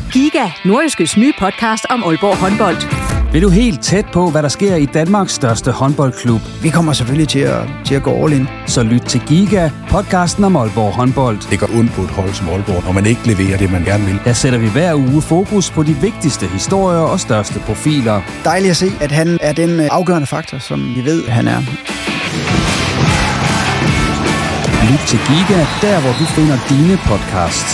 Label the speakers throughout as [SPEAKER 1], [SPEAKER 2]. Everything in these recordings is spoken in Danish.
[SPEAKER 1] Giga, Nordjyskes nye podcast om Aalborg håndbold.
[SPEAKER 2] Vil du helt tæt på, hvad der sker i Danmarks største håndboldklub?
[SPEAKER 3] Vi kommer selvfølgelig til at gå all in.
[SPEAKER 2] Så lyt til Giga, podcasten om Aalborg håndbold.
[SPEAKER 4] Det går ondt på et hold som Aalborg, når man ikke leverer det, man gerne vil.
[SPEAKER 2] Der sætter vi hver uge fokus på de vigtigste historier og største profiler.
[SPEAKER 3] Dejligt at se, at han er den afgørende faktor, som vi ved, han er.
[SPEAKER 2] Lyt til Giga, der hvor du finder dine podcasts.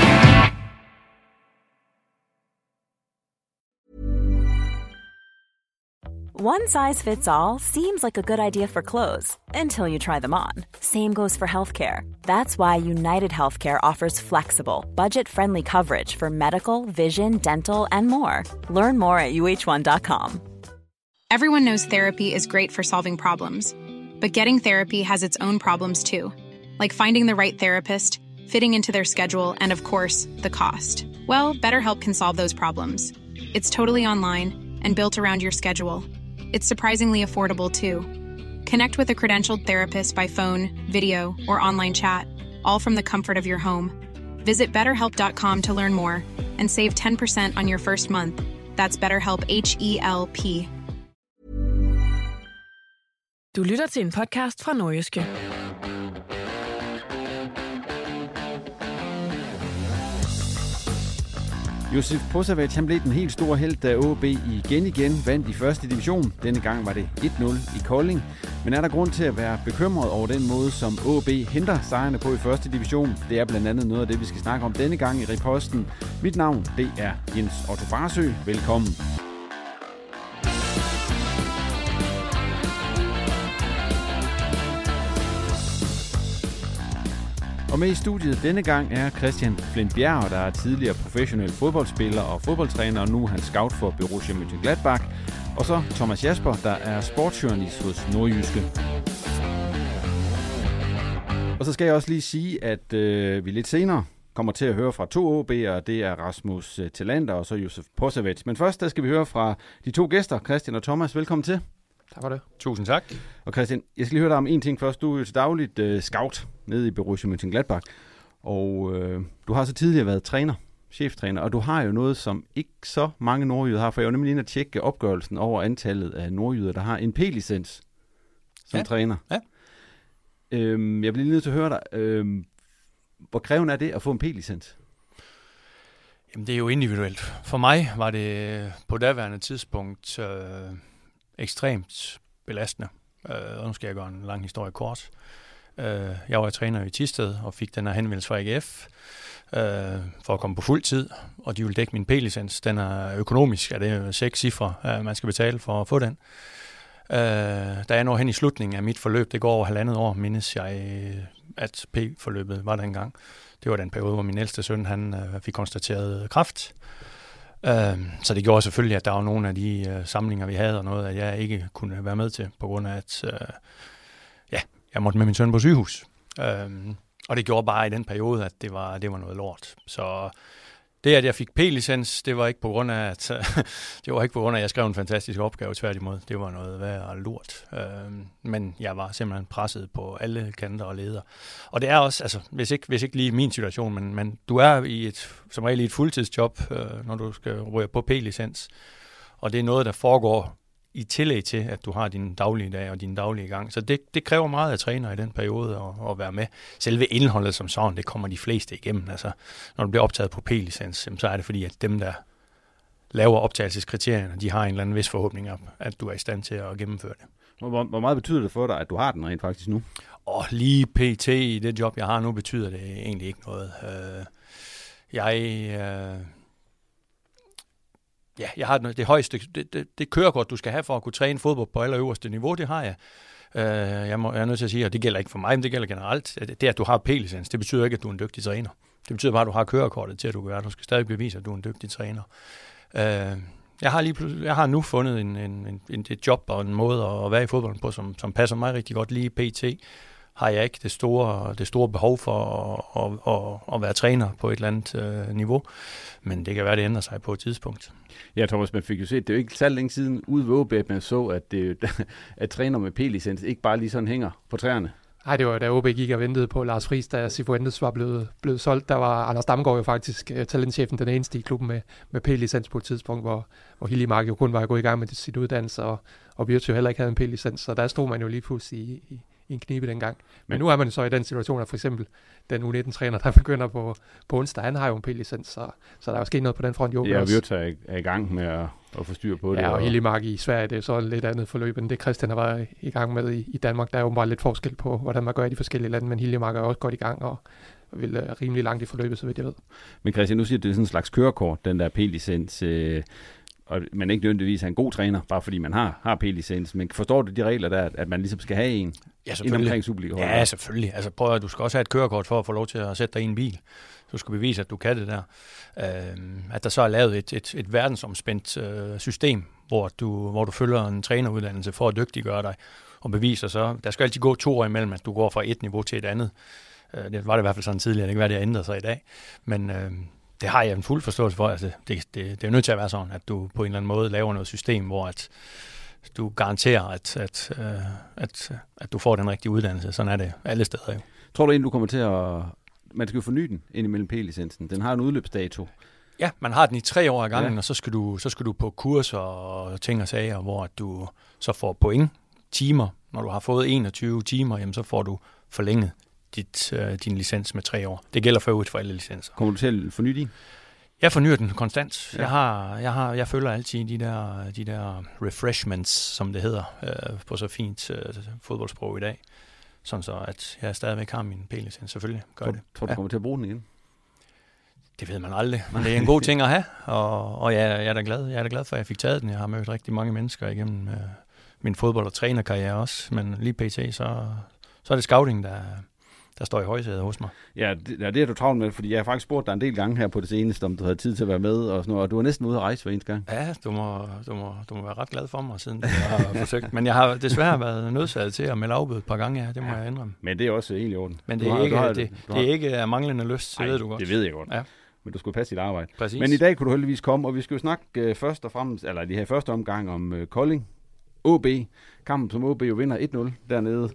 [SPEAKER 5] One size fits all seems like a good idea for clothes until you try them on. Same goes for healthcare. That's why United Healthcare offers flexible, budget-friendly coverage for medical, vision, dental, and more. Learn more at uh1.com.
[SPEAKER 6] Everyone knows therapy is great for solving problems, but getting therapy has its own problems too, like finding the right therapist, fitting into their schedule, and of course, the cost. Well, BetterHelp can solve those problems. It's totally online and built around your schedule. It's surprisingly affordable, too. Connect with a credentialed therapist by phone, video, or online chat, all from the comfort of your home. Visit BetterHelp.com to learn more and save 10% on your first month. That's BetterHelp, H-E-L-P.
[SPEAKER 7] Du lytter til en podcast fra Nordjyske.
[SPEAKER 8] Josef Posaváč, han blev den helt store helt, da AaB igen vandt i første division. Denne gang var det 1-0 i Kolding. Men er der grund til at være bekymret over den måde, som AaB henter sejrene på i første division? Det er blandt andet noget af det, vi skal snakke om denne gang i Riposten. Mit navn, det er Jens Otto Farsø. Velkommen. Og med i studiet denne gang er Christian Flint-Bjerg, der er tidligere professionel fodboldspiller og fodboldtræner, og nu er han scout for Borussia Mönchengladbach. Og så Thomas Jasper, der er sportsjournalist hos Nordjyske. Og så skal jeg også lige sige, at vi lidt senere kommer til at høre fra to AaB'ere. Det er Rasmus Thelander og så Josef Posaváč. Men først der skal vi høre fra de to gæster, Christian og Thomas. Velkommen til.
[SPEAKER 9] Tak for det. Tusind tak.
[SPEAKER 8] Og Christian, jeg skal lige høre dig om en ting først. Du er jo til dagligt scout nede i Borussia Mönchengladbach, og du har så tidligere været træner, cheftræner, og du har jo noget, som ikke så mange nordjyder har, for jeg var nemlig inde at tjekke opgørelsen over antallet af nordjyder, der har en P-licens som træner. Ja. Jeg bliver lige nødt til at høre dig, hvor krævende er det at få en P-licens?
[SPEAKER 9] Jamen, det er jo individuelt. For mig var det på daværende tidspunkt ekstremt belastende. Nu skal jeg gøre en lang historie kort. Jeg var træner i Thisted og fik den her henvendelse fra AGF for at komme på fuld tid, og de vil dække min P-licens. Den er økonomisk, det er 6 cifre, man skal betale for at få den. Da jeg når hen i slutningen af mit forløb, det går over 1,5 år, mindes jeg, at P-forløbet var dengang. Det var den periode, hvor min ældste søn han fik konstateret kræft. Så det gjorde selvfølgelig, at der var nogle af de samlinger, vi havde, og noget, at jeg ikke kunne være med til, på grund af, at jeg måtte med min søn på sygehus. Og det gjorde bare i den periode, at det var noget lort. Så det, at jeg fik P-licens, det var ikke på grund af, at jeg skrev en fantastisk opgave, tværtimod. Det var noget værre lort. Men jeg var simpelthen presset på alle kanter og leder. Og det er også, altså, hvis ikke lige min situation, men du er som regel i et fuldtidsjob, når du skal ryge på P-licens. Og det er noget, der foregår i tillæg til, at du har dine daglige dage og dine daglige gang. Så det kræver meget af træner i den periode at være med. Selve indholdet som sådan, det kommer de fleste igennem. Altså, når du bliver optaget på P-licens, så er det fordi, at dem, der laver optagelseskriterierne, de har en eller anden vis forhåbning om, at du er i stand til at gennemføre det.
[SPEAKER 8] Hvor meget betyder det for dig, at du har den rent faktisk nu?
[SPEAKER 9] Lige pt. I det job, jeg har nu, betyder det egentlig ikke noget. Jeg har det højeste, det kørekort, du skal have for at kunne træne fodbold på allerøverste niveau, det har jeg. Jeg er nødt til at sige, og det gælder ikke for mig, men det gælder generelt. Det, at du har P-licens, det betyder ikke, at du er en dygtig træner. Det betyder bare, at du har kørekortet til, at du kan være. Du skal stadig bevise, at du er en dygtig træner. Jeg har nu fundet et job og en måde at være i fodbolden på, som passer mig rigtig godt. Lige pt. Har jeg ikke det store behov for at være træner på et eller andet niveau. Men det kan være, det ændrer sig på et tidspunkt.
[SPEAKER 8] Ja, Thomas, man fik jo set, det er jo ikke så længe siden ude ved AaB, at man så, at træner med P-licens ikke bare lige sådan hænger på træerne.
[SPEAKER 10] Nej, det var da OB gik og ventede på Lars Friis, da Cifuentes var blevet solgt. Der var Anders Damgaard jo faktisk talentchefen, den eneste i klubben med P-licens på et tidspunkt, hvor Hiljemark jo kun var gået i gang med sit uddannelse, og Virtue heller ikke havde en P-licens, så der stod man jo lige pludselig i en knibe dengang. Men nu er man så i den situation, at for eksempel den U19-træner, der begynder på onsdag, han har jo en P-licens, så der er jo sket noget på den front. Jo,
[SPEAKER 8] ja, Virtue er i gang med at få styr på det.
[SPEAKER 10] Ja, og Hiljemark i Sverige, det er så et lidt andet forløb, end det Christian har været i gang med i Danmark. Der er jo bare lidt forskel på, hvordan man gør i de forskellige lande, men Hiljemark er også godt i gang, og vil rimelig langt i forløbet, så vidt jeg ved. Men
[SPEAKER 8] Christian, nu siger det er sådan en slags kørekort, den der P-licens, og man ikke nødvendigvis er en god træner, bare fordi man har P-licens. Men forstår du de regler der, at man ligesom skal have en omkring Superliga-holdet?
[SPEAKER 9] Ja, selvfølgelig. Altså prøv at du skal også have et kørekort for at få lov til at sætte dig i en bil. Du skal bevise, at du kan det der. At der så er lavet et verdensomspændt system, hvor du følger en træneruddannelse for at dygtiggøre dig og beviser så. Der skal altid gå 2 år imellem, at du går fra et niveau til et andet. Det var det i hvert fald sådan tidligere. Det kan være, det har ændret sig i dag. Men det har jeg en fuld forståelse for. Altså, det er nødt til at være sådan, at du på en eller anden måde laver noget system, hvor at du garanterer, at du får den rigtige uddannelse. Sådan er det alle steder jo.
[SPEAKER 8] Tror du egentlig, du kommer til at... Man skal jo forny den indimellem P-licensen. Den har en udløbsdato.
[SPEAKER 9] Ja, man har den i 3 år ad gangen, og så skal du på kurser og ting og sager, hvor du så får point, timer. Når du har fået 21 timer, jamen, så får du forlænget din licens med 3 år. Det gælder for alle licenser.
[SPEAKER 8] Kommer du til at forny din?
[SPEAKER 9] Jeg fornyer den konstant. Ja. Jeg følger altid de der refreshments, som det hedder, på så fint fodboldsprog i dag. Sådan så, at jeg stadigvæk har min P-licens. Selvfølgelig gør det.
[SPEAKER 8] Tror du kommer til at bruge den igen?
[SPEAKER 9] Det ved man aldrig, men det er en god ting at have, og jeg er da glad. Jeg er da glad for, at jeg fik taget den. Jeg har mødt rigtig mange mennesker igennem min fodbold- og trænerkarriere også, men lige pt. Så er det scouting, der står i højsædet hos mig.
[SPEAKER 8] Ja, det er du travlt med, fordi jeg har faktisk spurgt dig en del gange her på det seneste, om du havde tid til at være med, og sådan noget, og du er næsten ude at rejse hver eneste gang.
[SPEAKER 9] Ja, du må være ret glad for mig, siden jeg har forsøgt. Men jeg har desværre været nødsaget til at melde afbud et par gange, ja, det må jeg indrømme.
[SPEAKER 8] Men det er også helt i orden.
[SPEAKER 9] Men det er ikke manglende lyst, det ved du godt.
[SPEAKER 8] Det ved jeg godt. Ja. Men du skulle passe dit arbejde.
[SPEAKER 9] Præcis.
[SPEAKER 8] Men i dag kunne du heldigvis komme, og vi skal jo snakke først og fremmest, eller det her første omgang om Kolding. OB. Kampen, som OB jo vinder 1-0 dernede.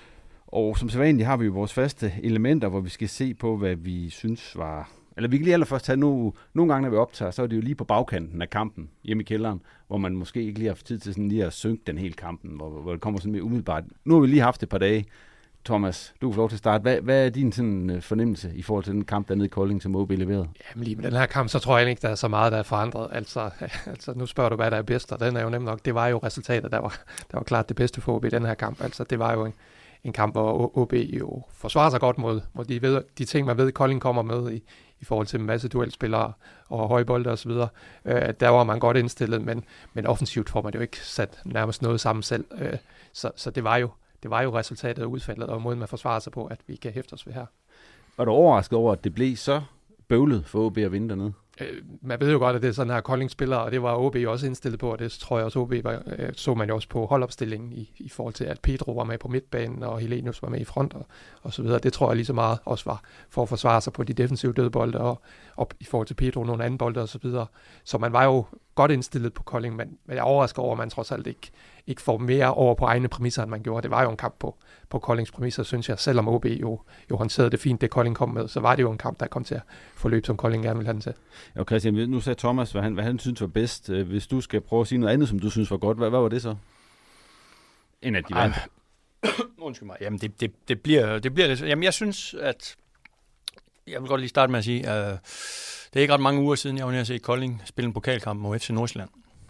[SPEAKER 8] Og som sædvanligt har vi jo vores faste elementer, hvor vi skal se på, hvad vi synes var... Eller vi kan lige allerførst tage nogle gange, når vi optager, så er det jo lige på bagkanten af kampen hjemme i kælderen, hvor man måske ikke lige har tid til sådan lige at synke den hele kampen, hvor det kommer sådan mere umiddelbart. Nu har vi lige haft et par dage. Thomas, du får lov til at starte. Hvad er din sådan fornemmelse i forhold til den kamp dernede i Kolding, som OB leverede?
[SPEAKER 10] Jamen lige med den her kamp, så tror jeg ikke, der er så meget, der er forandret. Altså nu spørger du, hvad der er bedst, og den er jo nemt nok. Det var jo resultatet, der var klart det bedste for OB i den her kamp. Altså det var jo en kamp, hvor OB jo forsvarer sig godt mod de ting, man ved, Kolding kommer med i forhold til en masse duelspillere og høje bolde og så videre. Der var man godt indstillet, men offensivt får man jo ikke sat nærmest noget sammen selv. Så det var jo resultatet af udfaldet, og måden man forsvarer sig på, at vi kan hæfte os ved her.
[SPEAKER 8] Var du overrasket over, at det blev så bøvlet for OB at vinde dernede?
[SPEAKER 10] Man ved jo godt, at det er sådan her Kolding-spillere, og det var OB også indstillet på, og det tror jeg også OB så man jo også på holdopstillingen i forhold til, at Pedro var med på midtbanen, og Helenius var med i front og så videre. Det tror jeg lige så meget også var for at forsvare sig på de defensive dødbolde, og i forhold til Pedro nogle anden bolde og så videre. Så man var jo godt indstillet på Kolding, men jeg er overrasket over, at man trods alt ikke får mere over på egne præmisser, end man gjorde. Det var jo en kamp på Koldings præmisser, synes jeg. Selvom OB jo håndterede det fint, det Kolding kom med, så var det jo en kamp, der kom til at forløbe, som Kolding gerne ville have den til.
[SPEAKER 8] Ja, Christian, nu sagde Thomas, hvad han synes var bedst. Hvis du skal prøve at sige noget andet, som du synes var godt, hvad var det så? En af de vandt.
[SPEAKER 9] Undskyld mig. Jamen, det bliver lidt... Jamen, jeg synes, at... Jeg vil godt lige starte med at sige, det er ikke ret mange uger siden, jeg var nede at se Kolding spille en pokalkamp mod FC Nordsjælland.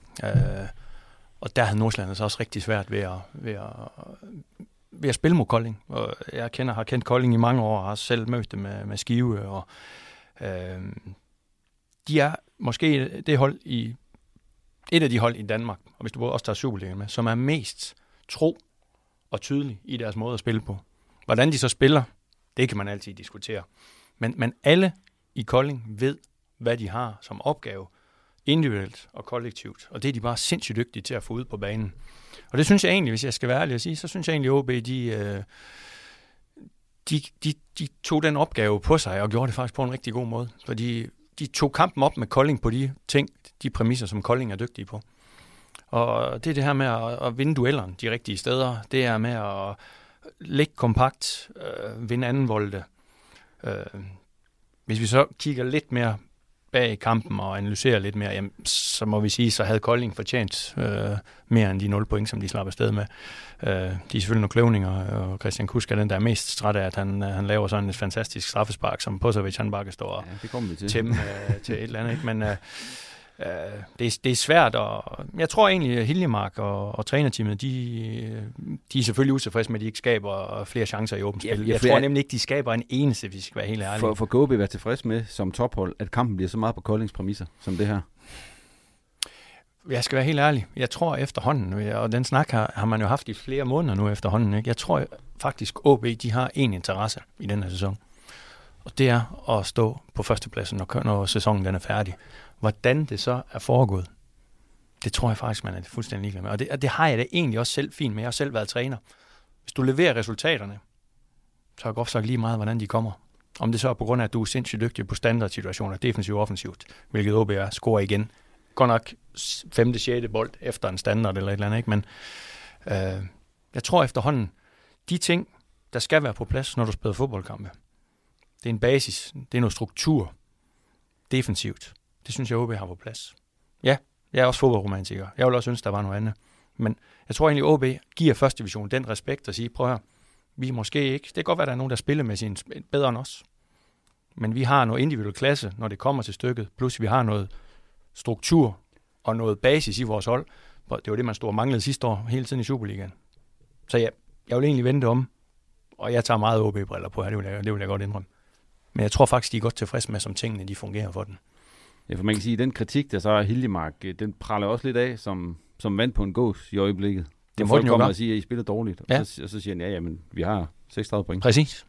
[SPEAKER 9] Og der havde Nordsjælland altså også rigtig svært ved at spille mod Kolding. Og jeg har kendt Kolding i mange år, og har selv mødt dem med Skive. Og, de er måske et af de hold i Danmark, og hvis du også tager Superligaen med, som er mest tro og tydelig i deres måde at spille på. Hvordan de så spiller, det kan man altid diskutere. Men alle i Kolding ved, hvad de har som opgave, individuelt og kollektivt. Og det er de bare sindssygt dygtige til at få ud på banen. Og det synes jeg egentlig, hvis jeg skal være ærlig at sige, så synes jeg egentlig, at OB, de tog den opgave på sig og gjorde det faktisk på en rigtig god måde. Fordi de tog kampen op med Kolding på de præmisser, som Kolding er dygtige på. Og det er det her med at vinde duellerne de rigtige steder. Det er med ligge kompakt, vinde anden volde. Hvis vi så kigger lidt mere bag i kampen og analyserer lidt mere, jamen, så må vi sige, så havde Kolding fortjent mere end de 0 point, som de slap afsted med. De er selvfølgelig nogle kløvninger, og Christian Kusk er den, der er mest træt af, at han laver sådan et fantastisk straffespark, som Posovic han bare kan stå og tæmme til et eller andet. Ikke? Men det er svært, og jeg tror egentlig, Hiljemark og trænerteamet, de er selvfølgelig utilfredse med, at de ikke skaber flere chancer i åbent spil. Jeg tror nemlig ikke, de skaber en eneste, hvis vi skal være helt ærlige.
[SPEAKER 8] For KB være tilfreds med som tophold, at kampen bliver så meget på Koldings præmisser, som det her?
[SPEAKER 9] Jeg skal være helt ærlig. Jeg tror efterhånden, og den snak har man jo haft i flere måneder nu efterhånden, ikke? Jeg tror faktisk, OB de har en interesse i den her sæson. Og det er at stå på førstepladsen, når sæsonen den er færdig. Hvordan det så er foregået, det tror jeg faktisk, man er fuldstændig ligeglad med. Og det har jeg da egentlig også selv fint med. Jeg har selv været træner. Hvis du leverer resultaterne, så har jeg godt sagt lige meget, hvordan de kommer. Om det så er på grund af, at du er sindssygt dygtig på standardsituationer, defensivt og offensivt, hvilket OB er, scorer igen. Godt nok 5. 6. bold efter en standard eller et eller andet, ikke? Men jeg tror efterhånden, de ting, der skal være på plads, når du spiller fodboldkampe, det er en basis, det er noget struktur, defensivt. Det synes jeg, OB har på plads. Ja, jeg er også fodboldromantiker. Jeg vil også ønske, der var noget andet. Men jeg tror egentlig, OB giver første division den respekt og siger, prøv her, vi måske ikke. Det kan godt være, der er nogen, der spiller med sin bedre end os. Men vi har noget individuel klasse, når det kommer til stykket. Plus vi har noget struktur og noget basis i vores hold. Det var det, man stod og manglede sidste år, hele tiden i Superligaen. Så ja, jeg vil egentlig vente om, og jeg tager meget OB-briller på her, det vil jeg godt indrømme. Men jeg tror faktisk, de er godt tilfredse med, som tingene de fungerer for den. Ja,
[SPEAKER 8] for man kan sige, at den kritik, der så er Hiljemark, den praller også lidt af, som vand på en gås i øjeblikket. Det folk kommer og siger, at I spiller dårligt. Ja. Og så siger han, jamen, vi har 36 point.
[SPEAKER 9] Præcis.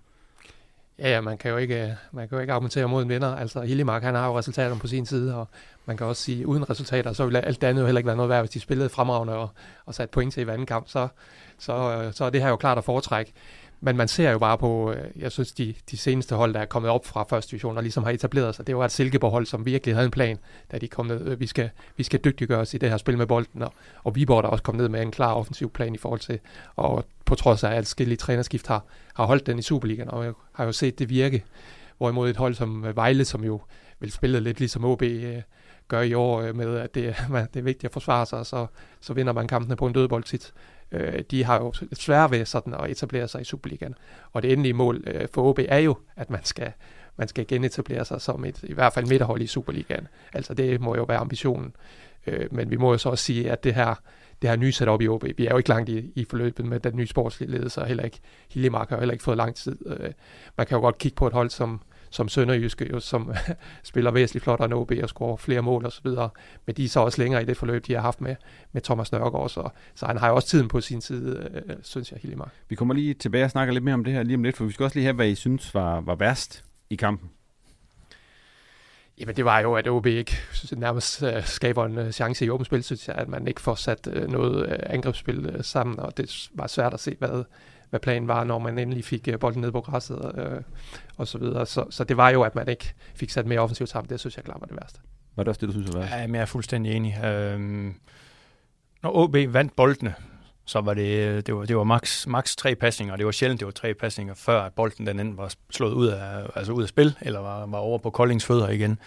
[SPEAKER 10] Ja, man kan jo ikke argumentere mod en vinder. Altså, Hiljemark, han har jo resultaterne på sin side, og man kan også sige, uden resultater, så ville alt det andet jo heller ikke være noget værd, hvis de spillede fremragende og satte point til i anden kamp. Så er det her jo klart at foretrække. Men man ser jo bare på, jeg synes, de seneste hold, der er kommet op fra første division og ligesom har etableret sig, det var et Silkeborg-hold, som virkelig havde en plan, da de kom ned. Vi skal dygtiggøre os i det her spil med bolden, og Viborg der også kom ned med en klar offensiv plan i forhold til, og på trods af, at adskillige trænerskift har holdt den i Superligaen, og jeg har jo set det virke. Hvorimod et hold som Vejle, som jo vil spille lidt ligesom OB gør i år, med at det er vigtigt at forsvare sig, så vinder man kampene på en dødbold tit. De har jo svært ved sådan at etablere sig i Superligaen. Og det endelige mål for OB er jo, at man skal genetablere sig som i hvert fald midterhold i Superligaen. Altså det må jo være ambitionen. Men vi må jo så også sige, at det her nye setup i OB, vi er jo ikke langt i forløbet med den nye sportslige ledelse, og heller ikke Hiljemark har heller ikke fået lang tid. Man kan jo godt kigge på et hold som Sønderjyske, jo, som spiller væsentligt flottere end OB og scorer flere mål og så videre. Men de er så også længere i det forløb, de har haft med Thomas Nørgaard, så han har jo også tiden på sin side, synes jeg, Hiljemark.
[SPEAKER 8] Vi kommer lige tilbage og snakker lidt mere om det her lige om lidt, for vi skal også lige have, hvad I synes var værst i kampen.
[SPEAKER 10] Jamen det var jo, at OB ikke nærmest skaber en chance i åbent spil, synes jeg, at man ikke får sat noget angrebsspil sammen, og det var svært at se, hvad planen var, når man endelig fik bolden ned på græsset og så videre. Så det var jo, at man ikke fik sat mere offensivt sammen. Det synes jeg klart var det værste.
[SPEAKER 8] Var det også det, du synes var værst?
[SPEAKER 9] Ja, jeg er fuldstændig enig. Når OB vandt boldene, så var det var max 3 pasninger. Det var sjældent, det var 3 pasninger, før at bolden den enten var slået ud af spil, eller var over på Koldings fødder igen.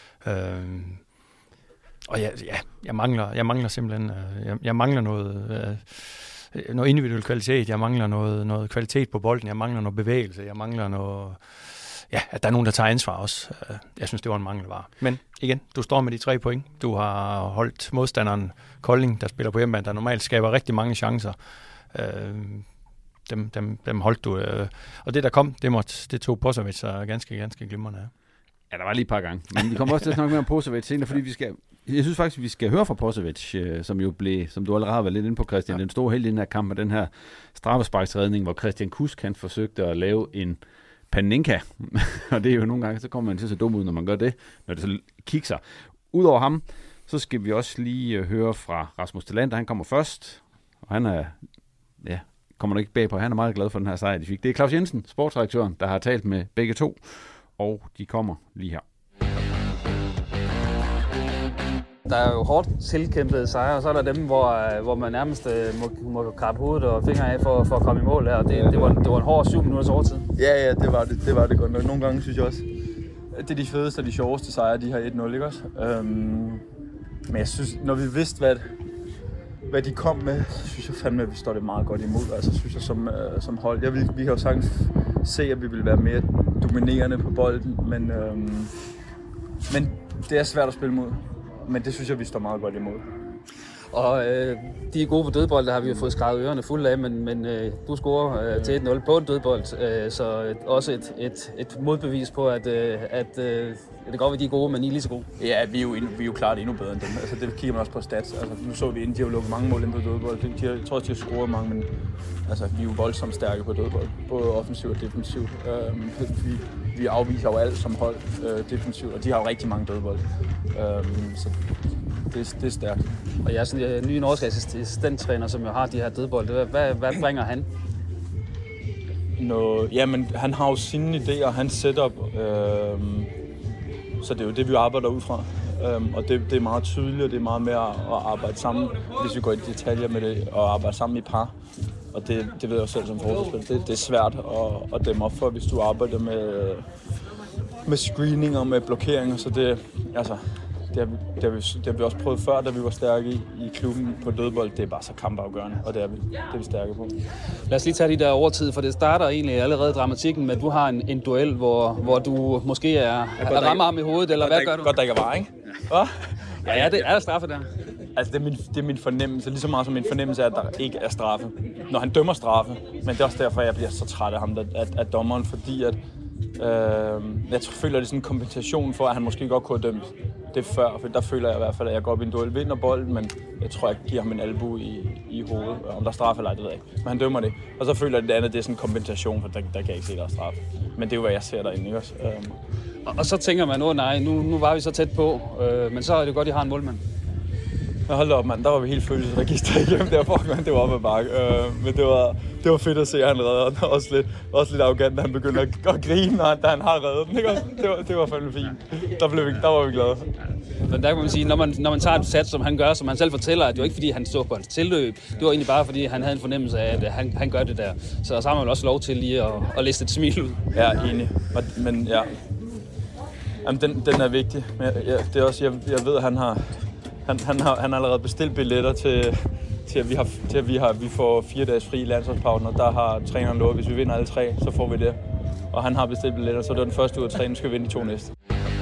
[SPEAKER 9] Og jeg mangler simpelthen jeg mangler noget individuel kvalitet, jeg mangler noget kvalitet på bolden, jeg mangler noget bevægelse, jeg mangler noget, at der er nogen, der tager ansvar også. Jeg synes, det var en mangelvare. Men igen, du står med de 3 point. Du har holdt modstanderen Kolding, der spiller på hjemmebane, der normalt skaber rigtig mange chancer. Dem holdt du. Og det, der kom, det tog Posovic så ganske, ganske glimrende af.
[SPEAKER 8] Ja, der var lige et par gange. Men vi kommer også til at snakke mere om Posovic senere, fordi jeg synes faktisk, vi skal høre fra Posovic, som jo blev, som du allerede har været lidt inde på, Christian, den store held i den her kamp med den her straffesparksredning, hvor Christian Kusk, han forsøgte at lave en Panenka. Og det er jo nogle gange, så kommer man til så dum ud, når man gør det, når det så kikser. Udover ham, så skal vi også lige høre fra Rasmus Talander. Han kommer først, og han er, kommer nok ikke bag på, han er meget glad for den her sejr, de fik. Det er Claus Jensen, sportsredaktøren, der har talt med begge to, og de kommer lige her.
[SPEAKER 11] Der er jo hårdt tilkæmpede sejre, og så er der dem, hvor man nærmest må krabbe hovedet og fingre af for at komme i mål her. Det var en hård 7 minutters overtid.
[SPEAKER 12] Ja, det var det godt nok. Nogle gange synes jeg også, det er de fedeste og de sjoveste sejre, de har 1-0, ikke også? Men jeg synes, når vi vidste, hvad de kom med, så synes jeg fandme, at vi står det meget godt imod. Altså synes jeg som hold. Vi har jo sagtens se, at vi vil være mere dominerende på bolden, men det er svært at spille mod. Men det synes jeg, vi står meget godt imod.
[SPEAKER 11] Og de er gode på dødbold, der har vi jo fået skrevet ørerne fulde af, men du scorer til 1-0 på en dødbold, så også et modbevis på, at det går, at de er gode, men I er lige så gode.
[SPEAKER 12] Ja, vi er jo klart endnu bedre end dem. Altså, det kigger man også på stats. Altså, nu så vi inden, de har lukket mange mål ind på dødbold. Jeg tror også, de har scoret mange, men altså, vi er jo voldsomt stærke på dødbold. Både offensivt og defensivt. Vi afviser jo alt som hold defensivt, og de har jo rigtig mange dødbold. Så det er stærkt.
[SPEAKER 11] Og jeg er sådan en ny norsk assistenttræner, som jo har de her dødbold. Hvad bringer han?
[SPEAKER 12] Jamen, han har jo sine idéer, hans setup. Så det er jo det, vi arbejder ud fra. Og det er meget tydeligt, og det er meget mere at arbejde sammen, hvis vi går i detaljer med det, og arbejde sammen i par. Og det ved jeg jo selv som forsvarsspiller. Det er svært at dæmme op for, hvis du arbejder med screening og med blokeringer. Så det har vi også prøvet før, da vi var stærke i klubben på dødbold. Det er bare så kampafgørende, og det er vi stærke på.
[SPEAKER 11] Lad os lige tage de der overtid, for det starter egentlig allerede dramatikken med, at du har en duel, hvor du måske rammer ham i hovedet, eller hvad gør du?
[SPEAKER 12] Godt, der ikke er var, ikke?
[SPEAKER 11] Ja, det er der straffe der.
[SPEAKER 12] Altså, det er min fornemmelse, lige så meget som min fornemmelse er, at der ikke er straffe. Når han dømmer straffe, men det er også derfor, jeg bliver så træt af ham, af dommeren, fordi at jeg føler, det er sådan en kompensation for, at han måske godt kunne have dømt det før, for der føler jeg i hvert fald, at jeg går op i en duel, vinder bolden, men jeg tror, jeg giver ham en albu i hovedet. Om der er straffe eller ej, det ved jeg ikke. Men han dømmer det. Og så føler jeg, at det andet, det er sådan en kompensation, for der kan jeg ikke se, der er straffe. Men det er jo, hvad jeg ser derinde, ikke også?
[SPEAKER 11] Og så tænker man, nu var vi så tæt på, men så er det godt, at I har en målmand.
[SPEAKER 12] Ja, hold op, mand. Der var vi helt følelsesregister igennem der, fuck, man. Det var op ad bakke. Men det var fedt at se, at han redder den. Også lidt arrogant, at han begyndte at grine, da han har reddet den. Ikke? Det var fandme fint. Der var vi glade.
[SPEAKER 11] Men der kan man sige, når man tager et sats, som han gør, som han selv fortæller, at det var ikke fordi, han stod på hans tilløb. Det var egentlig bare fordi, han havde en fornemmelse af, at han gør det der. Så har man vel også lov til lige at liste et smil ud.
[SPEAKER 12] Ja, enig. Men ja. Jamen, den er vigtig. Men det er også, jeg ved, at han har allerede bestilt billetter til at vi får 4 dages fri i landsholdspausen, og der har træneren lovet, hvis vi vinder alle 3, så får vi det. Og han har bestilt billetter, så det er den første uge af træningen, skal vi vinde de 2 næste.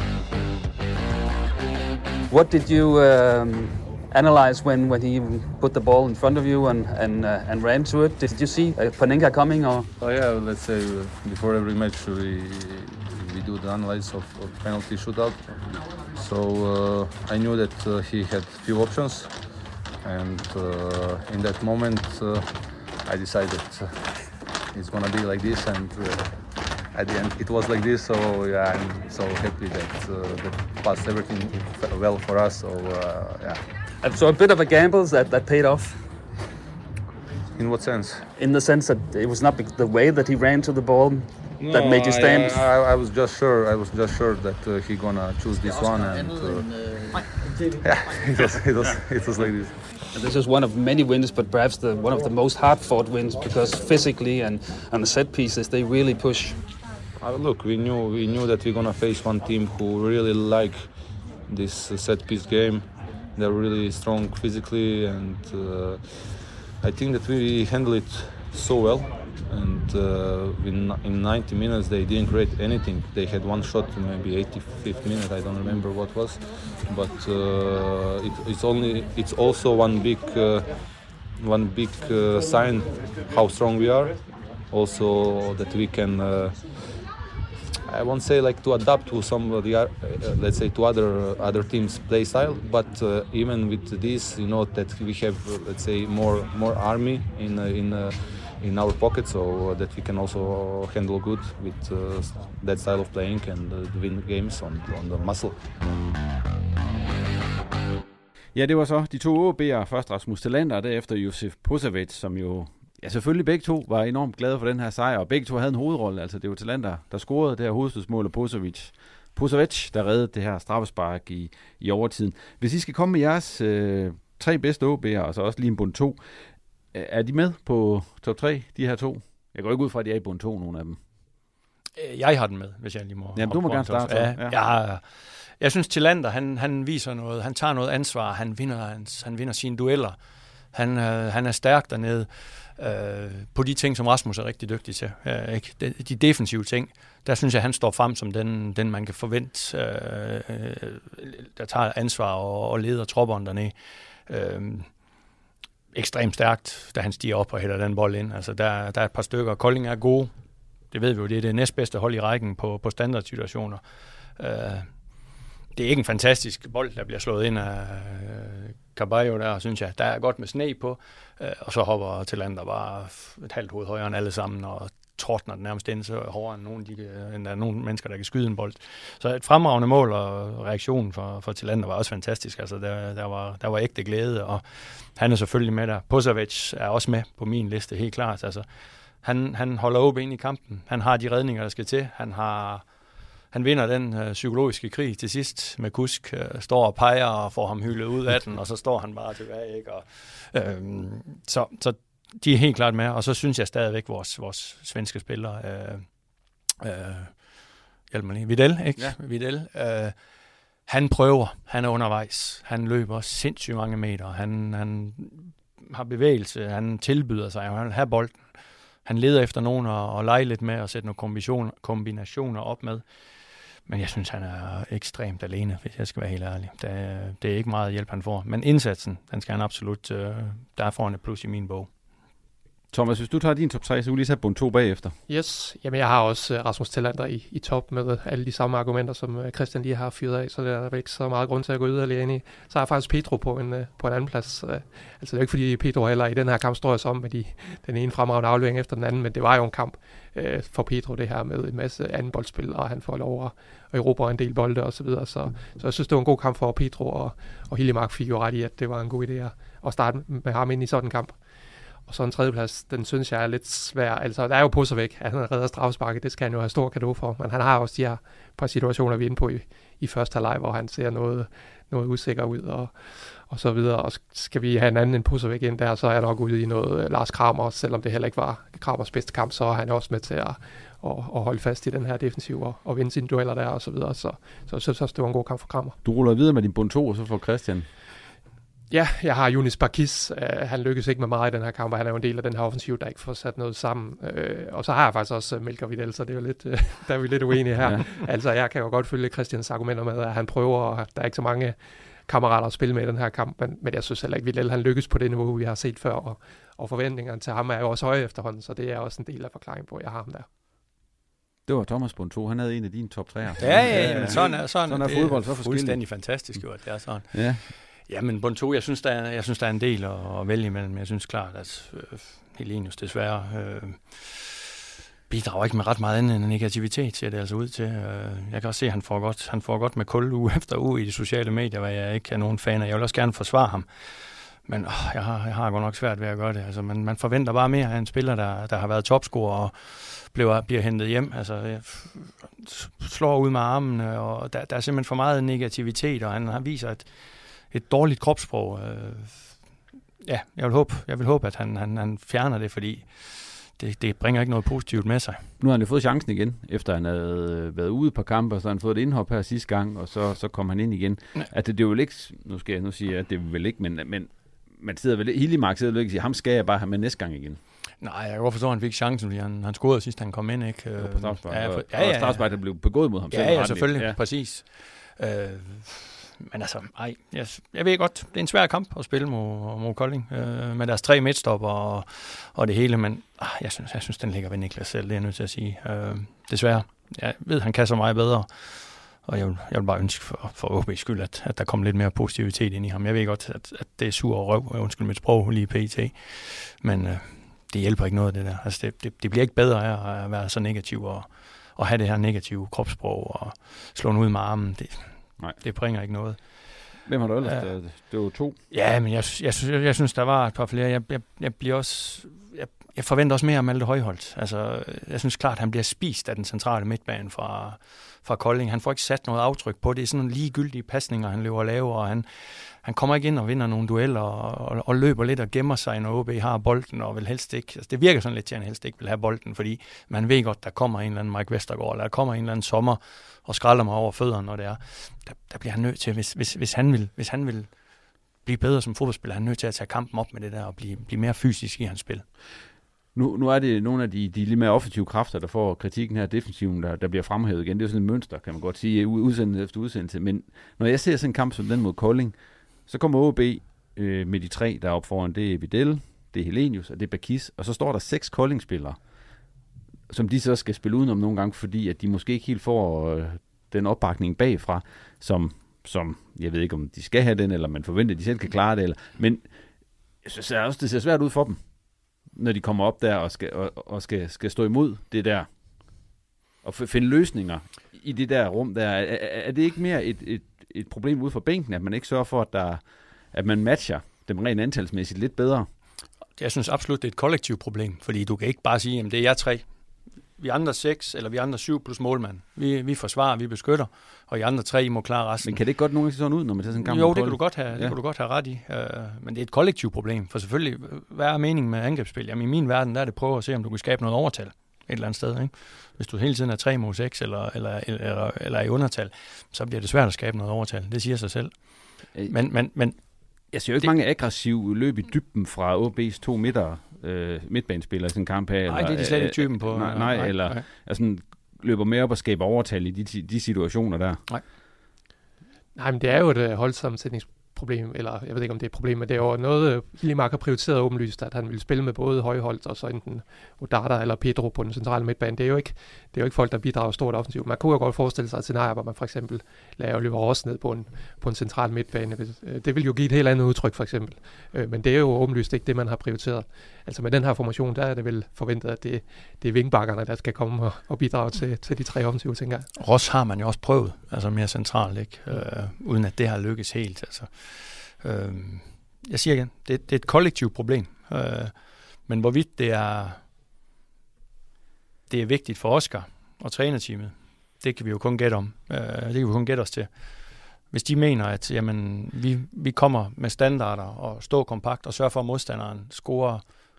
[SPEAKER 11] What did you analyze when he put the ball in front of you and ran to it? Did you see Panenka coming or?
[SPEAKER 13] Oh yeah, let's say before every match we do the analysis of penalty shootout. So I knew that he had few options, and in that moment I decided it's gonna be like this, and at the end it was like this. So yeah, I'm so happy that passed everything well for us. So yeah.
[SPEAKER 11] So a bit of a gamble that paid off.
[SPEAKER 13] In what sense?
[SPEAKER 11] In the sense that it was not the way that he ran to the ball that made you stand.
[SPEAKER 13] I was just sure. That he gonna choose this one, and yeah, it was like this.
[SPEAKER 11] And this is one of many wins, but perhaps one of the most hard-fought wins, because physically and on the set pieces they really push.
[SPEAKER 13] Look, we knew that we're gonna face one team who really like this set piece game. They're really strong physically, and I think that we handle it so well. And in 90 minutes they didn't create anything. They had one shot, maybe 85th minute, I don't remember what was. But it's also one big sign how strong we are. Also that we can, I won't say like to adapt to somebody, let's say to other teams' play style. But even with this, you know that we have, let's say, more army in our pocket, so that we can also handle good with that style of playing and win games on the muscle.
[SPEAKER 8] Ja, det var så de 2 OB'er, først Rasmus Thelander og derefter Josef Posavic, som jo selvfølgelig begge to var enormt glade for den her sejr, og begge to havde en hovedrolle. Altså det var Thelander, der scorede det her hovedstødsmål, og Posavic Pusovic, der reddede det her straffespark i overtiden. Hvis I skal komme med jeres 3 bedste OB'er, og så også lige en bund 2, er de med på top 3, de her 2? Jeg går ikke ud fra, at de er i bund 2, nogle af dem.
[SPEAKER 9] Jeg har den med, hvis jeg lige må.
[SPEAKER 8] Jamen, du må gerne starte.
[SPEAKER 9] Ja. Jeg synes, Tillander, han viser noget. Han tager noget ansvar. Han vinder sine dueller. Han er stærk dernede på de ting, som Rasmus er rigtig dygtig til. Ikke? De defensive ting, der synes jeg, han står frem som den man kan forvente, der tager ansvar og leder tropperne dernede. Ekstremt stærkt, da han stiger op og hælder den bold ind. Altså, der er et par stykker. Kolding er gode. Det ved vi jo, det er det næstbedste hold i rækken på standardsituationer. Det er ikke en fantastisk bold, der bliver slået ind af Caballo der, synes jeg. Der er godt med sne på, og så hopper Tillander bare et halvt hoved højere end alle sammen, og tordner den nærmest ind, så hårdere end der er nogle mennesker, der kan skyde en bold. Så et fremragende mål, og reaktionen for Tillander var også fantastisk. Altså, der var ægte glæde, og han er selvfølgelig med der. Pusovic er også med på min liste, helt klart. Altså, han holder OB ind i kampen. Han har de redninger, der skal til. Han vinder den psykologiske krig til sidst med Kusk, står og peger og får ham hyldet ud af den, og så står han bare tilbage. Ikke? Og, så de er helt klart med, og så synes jeg stadigvæk, vores svenske spillere, hjælp mig lige, Vidal, ikke? Ja. Vidal, han prøver, han er undervejs, han løber sindssygt mange meter, han har bevægelse, han tilbyder sig, han vil have bolden. Han leder efter nogen og lege lidt med og sætte nogle kombinationer op med. Men jeg synes, han er ekstremt alene, hvis jeg skal være helt ærlig. Det er ikke meget hjælp, han får. Men indsatsen, den skal han absolut, der er foran et plus i min bog.
[SPEAKER 8] Thomas, hvis du tager din top 3, så vil lige sætte bund 2 bagefter.
[SPEAKER 10] Yes, jamen jeg har også Rasmus Tillander i top med alle de samme argumenter, som Christian lige har fyret af, så der er ikke så meget grund til at gå yderligere ind i. Så har jeg faktisk Pedro på en anden plads. Altså det er ikke fordi Pedro heller i den her kamp står om med den ene fremragende aflevering efter den anden, men det var jo en kamp for Pedro det her med en masse anden boldspil, og han får lov at erobre en del bolde og så videre. Så jeg synes, det var en god kamp for Pedro, og Hillemark fik jo ret i, at det var en god idé at starte med ham ind i sådan en kamp. Og så en tredjeplads, den synes jeg er lidt svær. Altså, der er jo Pusovic, at han redder straffesparket, det skal han jo have stor cadeau for. Men han har også de her par situationer, vi er inde på i første halvleg, hvor han ser noget usikker ud og så videre. Og skal vi have en anden end Pusovic ind der, så er jeg nok ude i noget Lars Kramer, selvom det heller ikke var Kramers bedste kamp, så er han også med til at holde fast i den her defensiv og vinde sine dueller der og så videre. Så jeg synes også, det var en god kamp for Kramer.
[SPEAKER 8] Du ruller videre med din bund 2, og så får Christian.
[SPEAKER 10] Ja, jeg har Younis Barkis. Han lykkes ikke med meget i den her kamp, og han er jo en del af den her offensiv, der ikke får sat noget sammen. Og så har jeg faktisk også Melker Vidal, så det er jo lidt, der er vi lidt uenige her. Ja. Altså, jeg kan jo godt følge Christians argumenter med, at han prøver, og der er ikke så mange kammerater at spille med i den her kamp, men jeg synes heller ikke, Vidal han lykkes på det niveau, vi har set før, og forventningerne til ham er jo også høje efterhånden, så det er også en del af forklaringen på, at jeg har ham der.
[SPEAKER 8] Det var Thomas bund 2. Han havde en af dine top 3'er.
[SPEAKER 9] Ja, men sådan er
[SPEAKER 8] fodbold så forskelligt.
[SPEAKER 9] Fuldstændig fantastisk, jo, at det er sådan.
[SPEAKER 8] Ja.
[SPEAKER 9] Ja, men bund 2, jeg synes, der er en del at vælge imellem. Jeg synes klart, at Helenius desværre bidrager ikke med ret meget andet end negativitet, ser det altså ud til. Jeg kan også se, at han får godt med kul uge efter uge i de sociale medier, hvad jeg ikke er nogen fan af. Jeg vil også gerne forsvare ham. Men jeg har godt nok svært ved at gøre det. Altså, man forventer bare mere af en spiller, der har været topscorer og bliver hentet hjem. Altså, slår ud med armene, og der er simpelthen for meget negativitet, og han viser et dårligt kropssprog. Ja, jeg vil håbe, at han fjerner det, fordi det bringer ikke noget positivt med sig.
[SPEAKER 8] Nu har han jo fået chancen igen, efter han havde været ude på kampe, og så har han fået et indhop her sidste gang, og så kom han ind igen. Ja. At det er jo ikke, nu siger jeg, at det vil ikke, men man sidder vel, Hillemark sidder vel ikke og siger, ham skal jeg bare have med næste gang igen.
[SPEAKER 9] Nej, jeg kan godt forstå, at han fik chancen, fordi han scorede sidst, han kom ind, ikke?
[SPEAKER 8] På strafspark, og strafspark, der blev begået mod ham selv.
[SPEAKER 9] Ja, selvfølgelig, præcis. Men altså, jeg ved godt, det er en svær kamp at spille mod Kolding, med deres 3 midtstopper og det hele, men jeg synes, den ligger ved Niklas selv, det er jeg nødt til at sige. Desværre, jeg ved, han kan så meget bedre, og jeg vil bare ønske for OB's skyld, at der kommer lidt mere positivitet ind i ham. Jeg ved godt, at det er sur og røv, undskyld mit sprog lige pt, men det hjælper ikke noget, det der. Altså, det bliver ikke bedre af at være så negativ og have det her negative kropssprog og slå ud med armen. Det bringer ikke noget.
[SPEAKER 8] Hvem har du ellers? Det var 2.
[SPEAKER 9] Ja, men jeg synes, der var et par flere. Jeg forventer også mere af Malte Højholt. Altså, jeg synes klart, han bliver spist af den centrale midtbane fra Kolding. Han får ikke sat noget aftryk på det. Det er sådan nogle ligegyldige pasninger, han løber og laver, og han kommer ikke ind og vinder nogle dueller og løber lidt og gemmer sig, når OB har bolden og vil helst ikke. Altså, det virker sådan lidt til, at han helst ikke vil have bolden, fordi man ved godt, der kommer en eller anden Mike Vestergaard, eller der kommer en eller anden Sommer og skralder mig over fødderne, når det er. Der bliver han nødt til, hvis han vil blive bedre som fodboldspiller, han er nødt til at tage kampen op med det der og blive mere fysisk i hans spil.
[SPEAKER 8] Nu er det nogle af de lidt mere offensive kræfter, der får kritikken her defensiven, der bliver fremhævet igen. Det er jo sådan et mønster, kan man godt sige, udsendelse efter udsendelse. Men når jeg ser sådan en kamp som den mod Kolding, så kommer OB med de 3, der er op foran. Det er Videl, det er Helenius, og det er Bakis. Og så står der 6 Kolding-spillere, som de så skal spille udenom nogle gange, fordi at de måske ikke helt får den opbakning bagfra, som jeg ved ikke, om de skal have den, eller man forventer, at de selv kan klare det. Men jeg synes også, det ser svært ud for dem, når de kommer op der og skal stå imod det der, og finde løsninger i det der rum der. Er det ikke mere et problem ude for bænken, at man ikke sørger for, at man matcher dem rent antalsmæssigt lidt bedre?
[SPEAKER 9] Jeg synes absolut, det er et kollektivt problem, fordi du kan ikke bare sige, at det er jer 3. Vi andre 6, eller vi andre 7 plus målmand. Vi forsvarer, vi beskytter, og I andre 3 må klare resten.
[SPEAKER 8] Men kan det ikke godt nogen sådan ud, når man tager sådan en kamp?
[SPEAKER 9] Jo, det kan du godt have, det kan du godt have ret i. Men det er et kollektivt problem, for selvfølgelig, hvad er meningen med angrebsspil? Jamen i min verden, der er det prøve at se, om du kan skabe noget overtal et eller andet sted. Ikke? Hvis du hele tiden er 3 mod 6, eller i undertal, så bliver det svært at skabe noget overtal. Det siger sig selv. Men
[SPEAKER 8] jeg ser jo ikke mange aggressive løb i dybden fra OB's 2 midtbanespillere i sådan en kamp her.
[SPEAKER 9] Nej, det er de slet ikke typen på.
[SPEAKER 8] Nej. Altså, løber mere op og skaber overtal i de situationer der.
[SPEAKER 10] Nej, men det er jo et holdsammensætningsproblem, eller jeg ved ikke, om det er et problem, men det er jo noget, Limark har prioriteret åbenlyst, at han vil spille med både Højholt og så enten Odata eller Pedro på den centrale midtbane. Det er jo ikke folk, der bidrager stort offensivt. Man kunne jo godt forestille sig et scenarie, hvor man for eksempel lader Oliver Ross ned på en central midtbane. Det vil jo give et helt andet udtryk, for eksempel. Men det er jo åbenlyst ikke det, man har prioriteret. Altså med den her formation, der er det vel forventet, at det er vingbakkerne, der skal komme og bidrage til de 3 offensive, tænker jeg.
[SPEAKER 9] Ross har man jo også prøvet, altså mere centralt, ikke? Uden at det har lykkes helt. Altså. Jeg siger igen, det er et kollektivt problem. Men hvorvidt det er vigtigt for Oscar og trænerteamet, det kan vi jo kun gætte om. Det kan vi kun gætte os til. Hvis de mener, at jamen, vi kommer med standarder og står kompakt og sørger for, at modstanderen scorer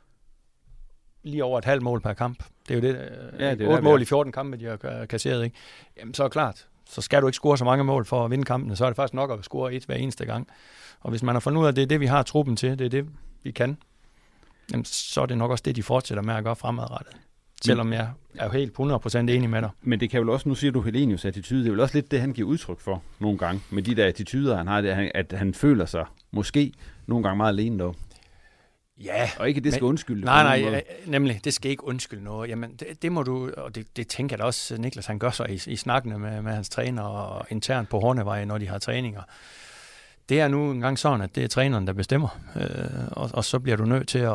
[SPEAKER 9] lige over et halvt mål per kamp. Det er jo det. 8 mål i 14 kampe, de har kasseret, ikke? Jamen, så er klart. Så skal du ikke score så mange mål for at vinde kampene, så er det faktisk nok at score 1 hver eneste gang. Og hvis man har fundet ud af, at det er det, vi har truppen til, det er det, vi kan, jamen, så er det nok også det, de fortsætter med at gøre fremadrettet. Selvom jeg er jo helt 100% enig med dig.
[SPEAKER 8] Men det kan jo også, nu siger du Helenius attitude, det er jo også lidt det, han giver udtryk for nogle gange, med de der attityder, han har, at han føler sig måske nogle gange meget alene dog.
[SPEAKER 9] Ja.
[SPEAKER 8] Og ikke det skal undskylde.
[SPEAKER 9] Nej, nemlig, det skal ikke undskylde noget. Jamen, det må du, og det tænker jeg da også, Niklas, han gør sig i snakkene med hans træner og internt på Hornevej, når de har træninger. Det er nu engang sådan, at det er træneren, der bestemmer. Og så bliver du nødt til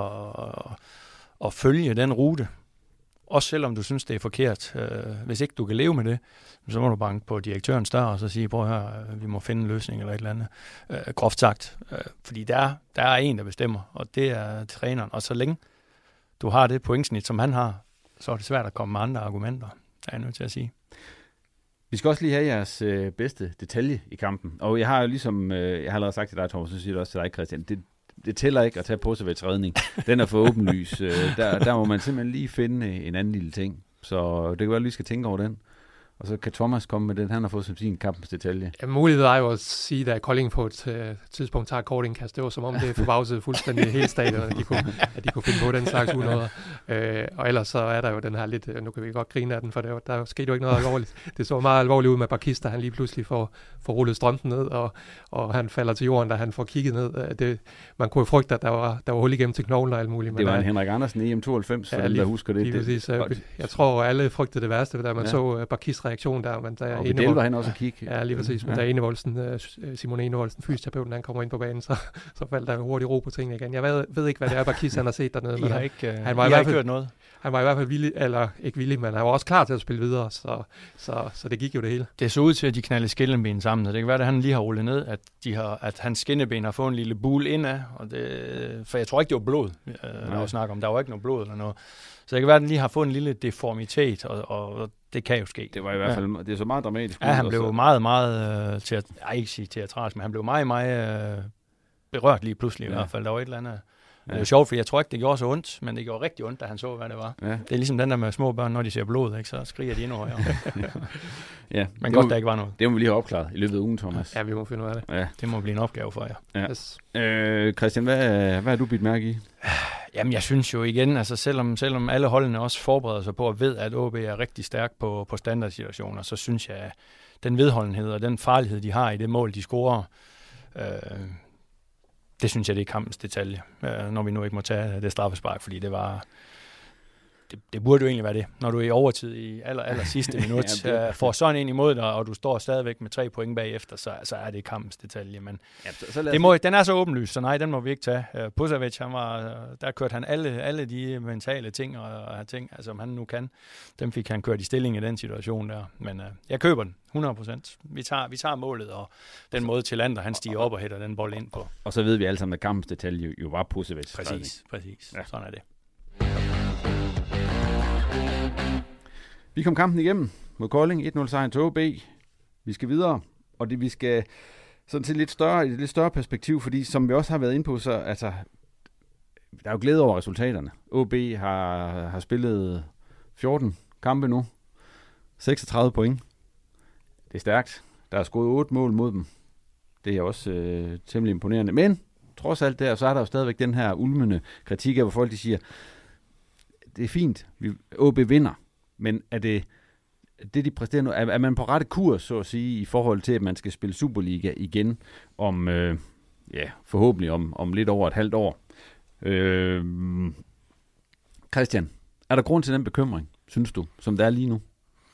[SPEAKER 9] at følge den rute. Også selvom du synes, det er forkert. Hvis ikke du kan leve med det, så må du banke på direktørens dør og så sige, prøv at høre, vi må finde en løsning eller et eller andet. Groft sagt. Fordi der er en, der bestemmer, og det er træneren. Og så længe du har det pointsnit, som han har, så er det svært at komme med andre argumenter, er jeg nødt til at sige.
[SPEAKER 8] Vi skal også lige have jeres bedste detalje i kampen. Og jeg har jo ligesom, jeg har allerede sagt til dig, Thomas, så siger det også til dig, Christian, det tæller ikke at tage på sig ved trædning. Den er for åbenlys. Der må man simpelthen lige finde en anden lille ting. Så det kan være, at vi skal tænke over den. Og så kan Thomas komme med den, han har fået som sin kampens detalje.
[SPEAKER 10] Ja, mulighed er jo at sige, at Kolding på et tidspunkt tager kortingkast. Det var som om det forbavsede fuldstændig hele stadion, at de kunne finde på den slags unoder. Og ellers så er der jo den her lidt, nu kan vi godt grine af den, for der skete jo ikke noget alvorligt. Det så meget alvorligt ud med Bakis, da han lige pludselig får rullet strømpen ned, og han falder til jorden, da han får kigget ned. Man kunne jo frygte, at der var hul igennem til knoglen og alt muligt.
[SPEAKER 8] Det var en Henrik Andersen EM92, for dem, der husker det.
[SPEAKER 10] Jeg tror, alle frygtede det værste, da man så Bakis reaktion der. Men der
[SPEAKER 8] og Vidal var han også at kigge.
[SPEAKER 10] Ja, lige præcis. Men der Enevoldsen, Simon Enevoldsen, fysioterapeuten, han kommer ind på banen, så faldt der hurtigt ro på tingene igen. Jeg ved ikke, hvad det er, Bakis han har set dernede. Men han var i hvert fald hørt noget. Han var i hvert fald villig, eller ikke villig, men han var også klar til at spille videre, så det gik jo det hele.
[SPEAKER 9] Det så ud til, at de knaldede skinneben sammen, så det kan være, at han lige har rullet ned, at hans skinneben har fået en lille bul indad, og for jeg tror ikke, det var blod, der var snak om. Der var ikke noget blod eller noget. Så det kan være, at han lige har fået en lille deformitet, og det kan jo ske.
[SPEAKER 8] Det var i hvert fald, det er så meget dramatisk.
[SPEAKER 9] Ja, han blev meget, ikke sige teatralsk, men han blev meget berørt lige pludselig i hvert fald. Der var et eller andet. Det er jo sjovt, for jeg tror ikke, det gjorde så ondt, men det gjorde rigtig ondt, da han så, hvad det var. Ja. Det er ligesom den der med små børn, når de ser blod, ikke? Så skriger de endnu højere.
[SPEAKER 8] Ja,
[SPEAKER 9] men godt, der ikke var noget.
[SPEAKER 8] Det må vi lige have opklaret i løbet af ugen, Thomas.
[SPEAKER 10] Ja, vi må finde ud af det.
[SPEAKER 8] Ja.
[SPEAKER 9] Det må blive en opgave for jer.
[SPEAKER 8] Ja. Yes. Christian, hvad har du bidt mærke i?
[SPEAKER 9] Jamen, jeg synes jo igen, altså selvom alle holdene også forbereder sig på at ved, at OB er rigtig stærk på standardsituationer, så synes jeg, at den vedholdenhed og den farlighed, de har i det mål, de scorer, det synes jeg, det er kampens detalje, når vi nu ikke må tage det straffespark, fordi det var... Det burde jo egentlig være det. Når du er i overtid i aller sidste minut, får sådan en imod dig, og du står stadigvæk med 3 point bagefter, så er det kampens detalje. Men den er så åbenlyst, så nej, den må vi ikke tage. Pušavić, der kørte han alle de mentale ting, og ting, altså om han nu kan, dem fik han kørt i stilling i den situation der. Men jeg køber den, 100%. Vi tager målet, og den måde til Lander, han stiger op og hætter den bold ind på.
[SPEAKER 8] Og så ved vi alle sammen, at kampens detalje jo var Pušavić.
[SPEAKER 9] Præcis. Ja. Sådan er det.
[SPEAKER 8] Vi kom kampen igennem mod Kolding, 1-0 sejren til OB. Vi skal videre, og vi skal sådan til et lidt større perspektiv, fordi som vi også har været inde på, så altså, der er jo glæde over resultaterne. OB har spillet 14 kampe nu, 36 point. Det er stærkt. Der er scoret 8 mål mod dem. Det er også temmelig imponerende. Men trods alt der, så er der jo stadigvæk den her ulmende kritik af, hvor folk de siger, det er fint, OB vinder. Men er det de præsterer nu, er man på rette kurs, så at sige, i forhold til, at man skal spille Superliga igen om, forhåbentlig om lidt over et halvt år? Christian, er der grund til den bekymring, synes du, som der er lige nu?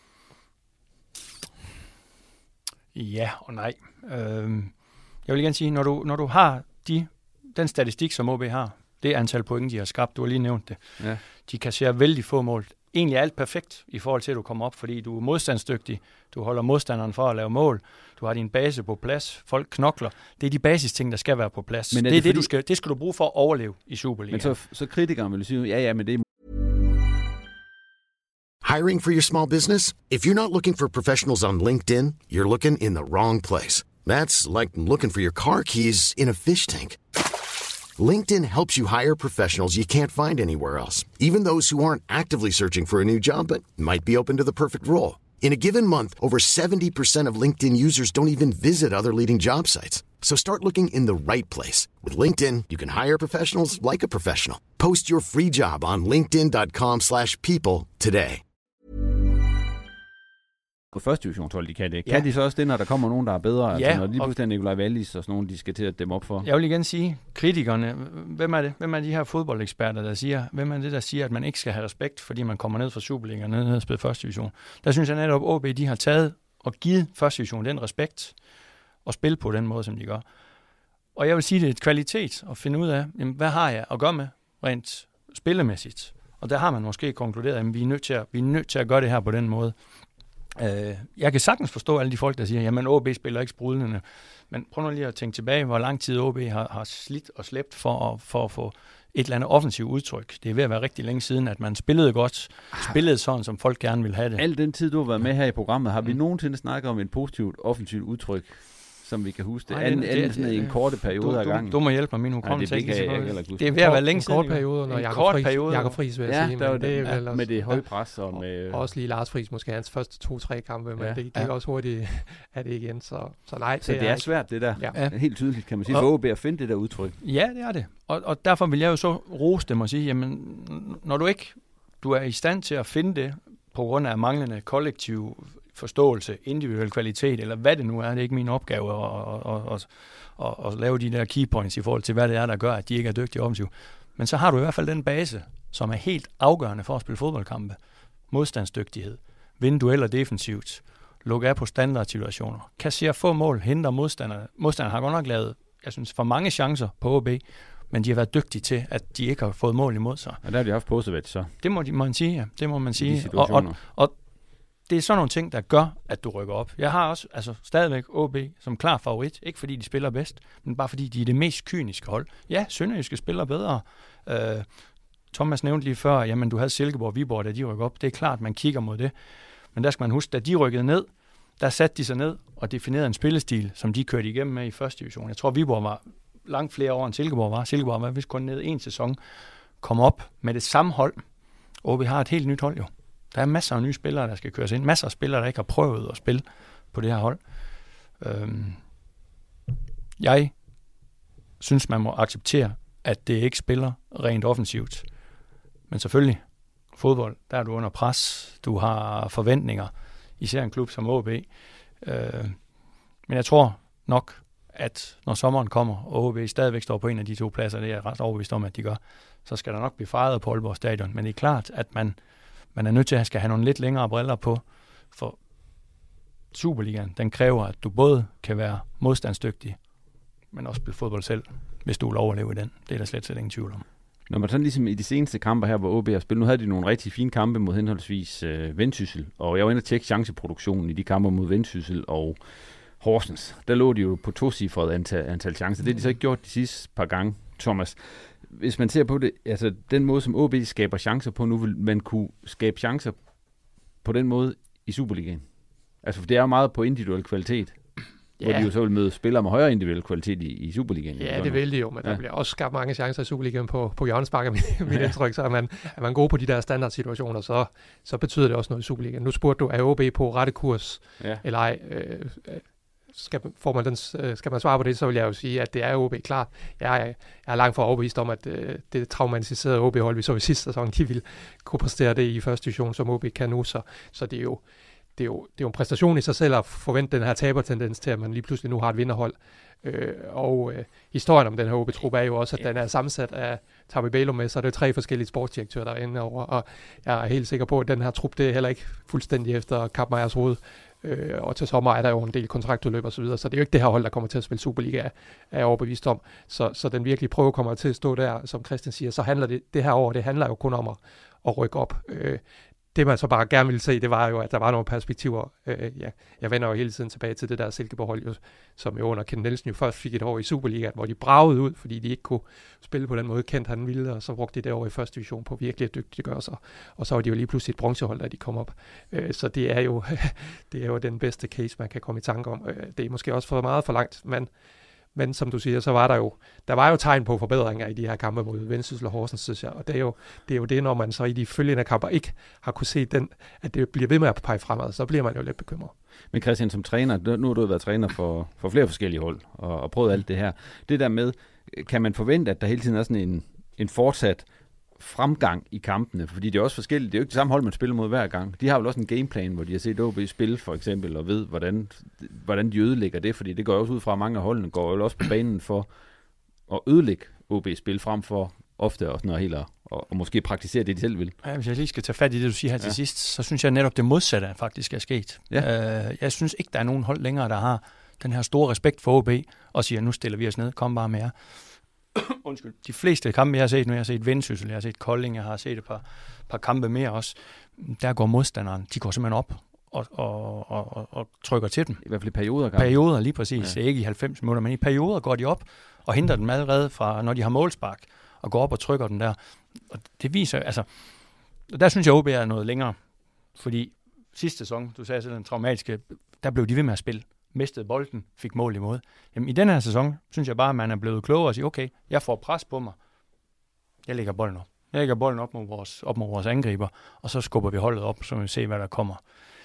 [SPEAKER 9] Ja og nej. Jeg vil gerne sige, når du har den statistik, som OB har, det antal point, de har skabt, du har lige nævnt det, de kasserer vældig få mål. Egentlig er alt perfekt i forhold til, at du kommer op, fordi du er modstandsdygtig, du holder modstanderen for at lave mål, du har din base på plads, folk knokler. Det er de basisting, der skal være på plads. Men det skal du bruge for at overleve i Superliga.
[SPEAKER 8] Men så kritikeren vil sige, men det er...
[SPEAKER 14] Hiring for your small business? If you're not looking for professionals on LinkedIn, you're looking in the wrong place. That's like looking for your car keys in a fish tank. LinkedIn helps you hire professionals you can't find anywhere else, even those who aren't actively searching for a new job but might be open to the perfect role. In a given month, over 70% of LinkedIn users don't even visit other leading job sites. So start looking in the right place. With LinkedIn, you can hire professionals like a professional. Post your free job on linkedin.com/people today.
[SPEAKER 8] På første divisionshold, de kan det. Kan de så også det, når der kommer nogen, der er bedre?
[SPEAKER 9] Ja,
[SPEAKER 8] altså, når lige pludselig Nikolaj Wallis og sådan nogen, de skal til at dæmme op for?
[SPEAKER 9] Jeg vil igen sige, kritikerne, hvem er det? Hvem er de her fodboldeksperter, der siger, hvem er det, der siger, at man ikke skal have respekt, fordi man kommer ned fra Superliga, ned og spiller første division? Der synes jeg netop, at OB, de har taget og givet første division den respekt, og spille på den måde, som de gør. Og jeg vil sige, det er et kvalitet at finde ud af, jamen, hvad har jeg at gøre med rent spillemæssigt? Og der har man måske konkluderet, at vi er nødt til at gøre det her på den måde. Jeg kan sagtens forstå alle de folk, der siger, jamen OB spiller ikke sprudlende. Men prøv nu lige at tænke tilbage, hvor lang tid OB har slidt og slæbt for at få et eller andet offensivt udtryk. Det er ved at være rigtig længe siden, at man spillede godt, spillede sådan, som folk gerne vil have det.
[SPEAKER 8] Al den tid, du har været med her i programmet, har vi nogensinde snakket om et positivt offensivt udtryk, som vi kan huske det? Anden sådan en korte periode af gangen.
[SPEAKER 9] Du må hjælpe mig, min hukommelse.
[SPEAKER 8] Det
[SPEAKER 9] er ved at være længe siden.
[SPEAKER 10] En kort periode, når Jakob Friis vil jeg sige.
[SPEAKER 8] Med det høje pres. Og
[SPEAKER 10] også lige Lars Friis, måske hans første 2-3 kampe, men det gik også hurtigt af det igen. Så nej.
[SPEAKER 8] Så det er svært, det der. Ja. Helt tydeligt, kan man sige, for OB at finde det der udtryk.
[SPEAKER 9] Ja, det er det. Og derfor vil jeg jo så rose dem og sige, jamen, når du er i stand til at finde det, på grund af manglende kollektiv forståelse, individuel kvalitet, eller hvad det nu er, det er ikke min opgave at lave de der key points i forhold til, hvad det er, der gør, at de ikke er dygtige offensivt. Men så har du i hvert fald den base, som er helt afgørende for at spille fodboldkampe. Modstandsdygtighed, vinde dueller defensivt, lukke af på standardsituationer, kasserer få mål, henter modstanderne. Modstanderne har godt nok lavet, jeg synes, for mange chancer på OB, men de har været dygtige til, at de ikke har fået mål imod sig.
[SPEAKER 8] Og der har de haft Posevic, så.
[SPEAKER 9] Det må man sige, ja. Det må man sige. Og det er sådan nogle ting, der gør, at du rykker op. Jeg har også stadigvæk OB som klar favorit. Ikke fordi de spiller bedst, men bare fordi de er det mest kyniske hold. Ja, Sønderjyske spiller bedre. Thomas nævnte lige før, jamen du havde Silkeborg og Viborg, da de rykker op. Det er klart, man kigger mod det. Men der skal man huske, da de rykkede ned, der satte de sig ned og definerede en spillestil, som de kørte igennem med i første division. Jeg tror, Viborg var langt flere år end Silkeborg var. Silkeborg var vist kun ned en sæson. Kom op med det samme hold. OB har et helt nyt hold jo. Der er masser af nye spillere, der skal køres ind. Masser af spillere, der ikke har prøvet at spille på det her hold. Jeg synes, man må acceptere, at det ikke spiller rent offensivt. Men selvfølgelig, fodbold, der er du under pres. Du har forventninger, især en klub som OB. Men jeg tror nok, at når sommeren kommer, og OB stadigvæk står på en af de 2 pladser, det er jeg ret overbevist om, at de gør, så skal der nok blive fejret på Aalborg Stadion. Men det er klart, at man er nødt til at have nogle lidt længere briller på, for Superligaen, den kræver, at du både kan være modstandsdygtig, men også spille fodbold selv, hvis du vil overleve i den. Det er der slet ingen tvivl om.
[SPEAKER 8] Når man sådan ligesom i de seneste kampe her, hvor OB har spillet, nu havde de nogle rigtig fine kampe mod henholdsvis Vendsyssel, og jeg var inde og tjekke chanceproduktionen i de kampe mod Vendsyssel og Horsens. Der lå de jo på 2-cifret antal chancer. Det har de så ikke gjort de sidste par gange, Thomas. Hvis man ser på det, altså den måde, som OB skaber chancer på nu, vil man kunne skabe chancer på den måde i Superligaen. Altså, for det er jo meget på individuel kvalitet. Ja. Hvor de jo så vil møde spillere med højere individuel kvalitet i Superligaen.
[SPEAKER 10] Ja, det vil de jo, men der bliver også skabt mange chancer i Superligaen på hjørnespark, mit indtryk. Så er man god på de der standardsituationer, så betyder det også noget i Superligaen. Nu spurgte du, er OB på rette kurs, eller ej? Skal man svare på det, så vil jeg jo sige, at det er OB klart. Jeg er langt fra overbevist om, at det traumatiserede OB-hold, vi så i sidste sæson, de vil kunne præstere det i første division, som OB kan nu. Så det er jo en præstation i sig selv at forvente den her tabertendens til, at man lige pludselig nu har et vinderhold. Historien om den her OB-trup er jo også, at den er sammensat af Tabi Bælum med, så er det 3 forskellige sportsdirektører derinde over, og jeg er helt sikker på, at den her trup, det er heller ikke fuldstændig efter Kap Meyers hoved. Og til sommer er der jo en del kontraktudløb og så videre, så det er jo ikke det her hold, der kommer til at spille Superliga, er jeg overbevist om. Så den virkelige prøve kommer til at stå der, som Christian siger, så handler det her år, det handler jo kun om at rykke op. Det man så bare gerne ville se, det var jo, at der var nogle perspektiver. Jeg vender jo hele tiden tilbage til det der Silkeborg-hold, som jo under Kent Nielsen jo først fik et år i Superligaen, hvor de bragede ud, fordi de ikke kunne spille på den måde, Kent han ville, og så brugte de det år i første division på virkelig at dygtiggøre sig. Og så var de jo lige pludselig et bronzehold, da de kom op. Så det er jo den bedste case, man kan komme i tanke om. Det er måske også for meget for langt, men som du siger, så var der var jo tegn på forbedringer i de her kampe mod Vendsyssel og Horsens, synes jeg. Og det er jo det, når man så i de følgende kamper ikke har kunne se at det bliver ved med at pege fremad, så bliver man jo lidt bekymret.
[SPEAKER 8] Men Christian, som træner, nu har du været træner for flere forskellige hold og prøvet alt det her. Det der med, kan man forvente, at der hele tiden er sådan en fortsat fremgang i kampene, fordi det er også forskelligt. Det er jo ikke det samme hold, man spiller mod hver gang. De har vel også en gameplan, hvor de har set OB spille, for eksempel, og ved, hvordan de ødelægger det, fordi det går også ud fra, at mange af holdene går jo også på banen for at ødelægge OB-spil, frem for ofte også noget helt og måske praktisere det, de selv vil.
[SPEAKER 9] Ja, hvis jeg lige skal tage fat i det, du siger her til sidst, så synes jeg netop, det modsatte faktisk er sket. Ja. Jeg synes ikke, der er nogen hold længere, der har den her store respekt for OB, og siger, nu stiller vi os ned, kom bare med jer. Undskyld. De fleste kampe, jeg har set nu, jeg har set Vendsyssel, jeg har set Kolding, jeg har set et par kampe mere også, der går modstanderen, de går simpelthen op og trykker til dem.
[SPEAKER 8] I hvert fald i perioder.
[SPEAKER 9] Perioder, lige præcis. Ja. Ikke i 90 minutter, men i perioder går de op og henter dem allerede fra, når de har målspark, og går op og trykker den der. Og det viser, altså, der synes jeg, OB er noget længere, fordi sidste sæson, du sagde selv den traumatiske, der blev de ved med at spille. Mistede bolden, fik mål imod. Jamen, i den her sæson, synes jeg bare, at man er blevet klogere og siger, okay, jeg får pres på mig. Jeg lægger bolden op. Jeg lægger bolden op mod vores angriber, og så skubber vi holdet op, så vi ser, hvad der kommer.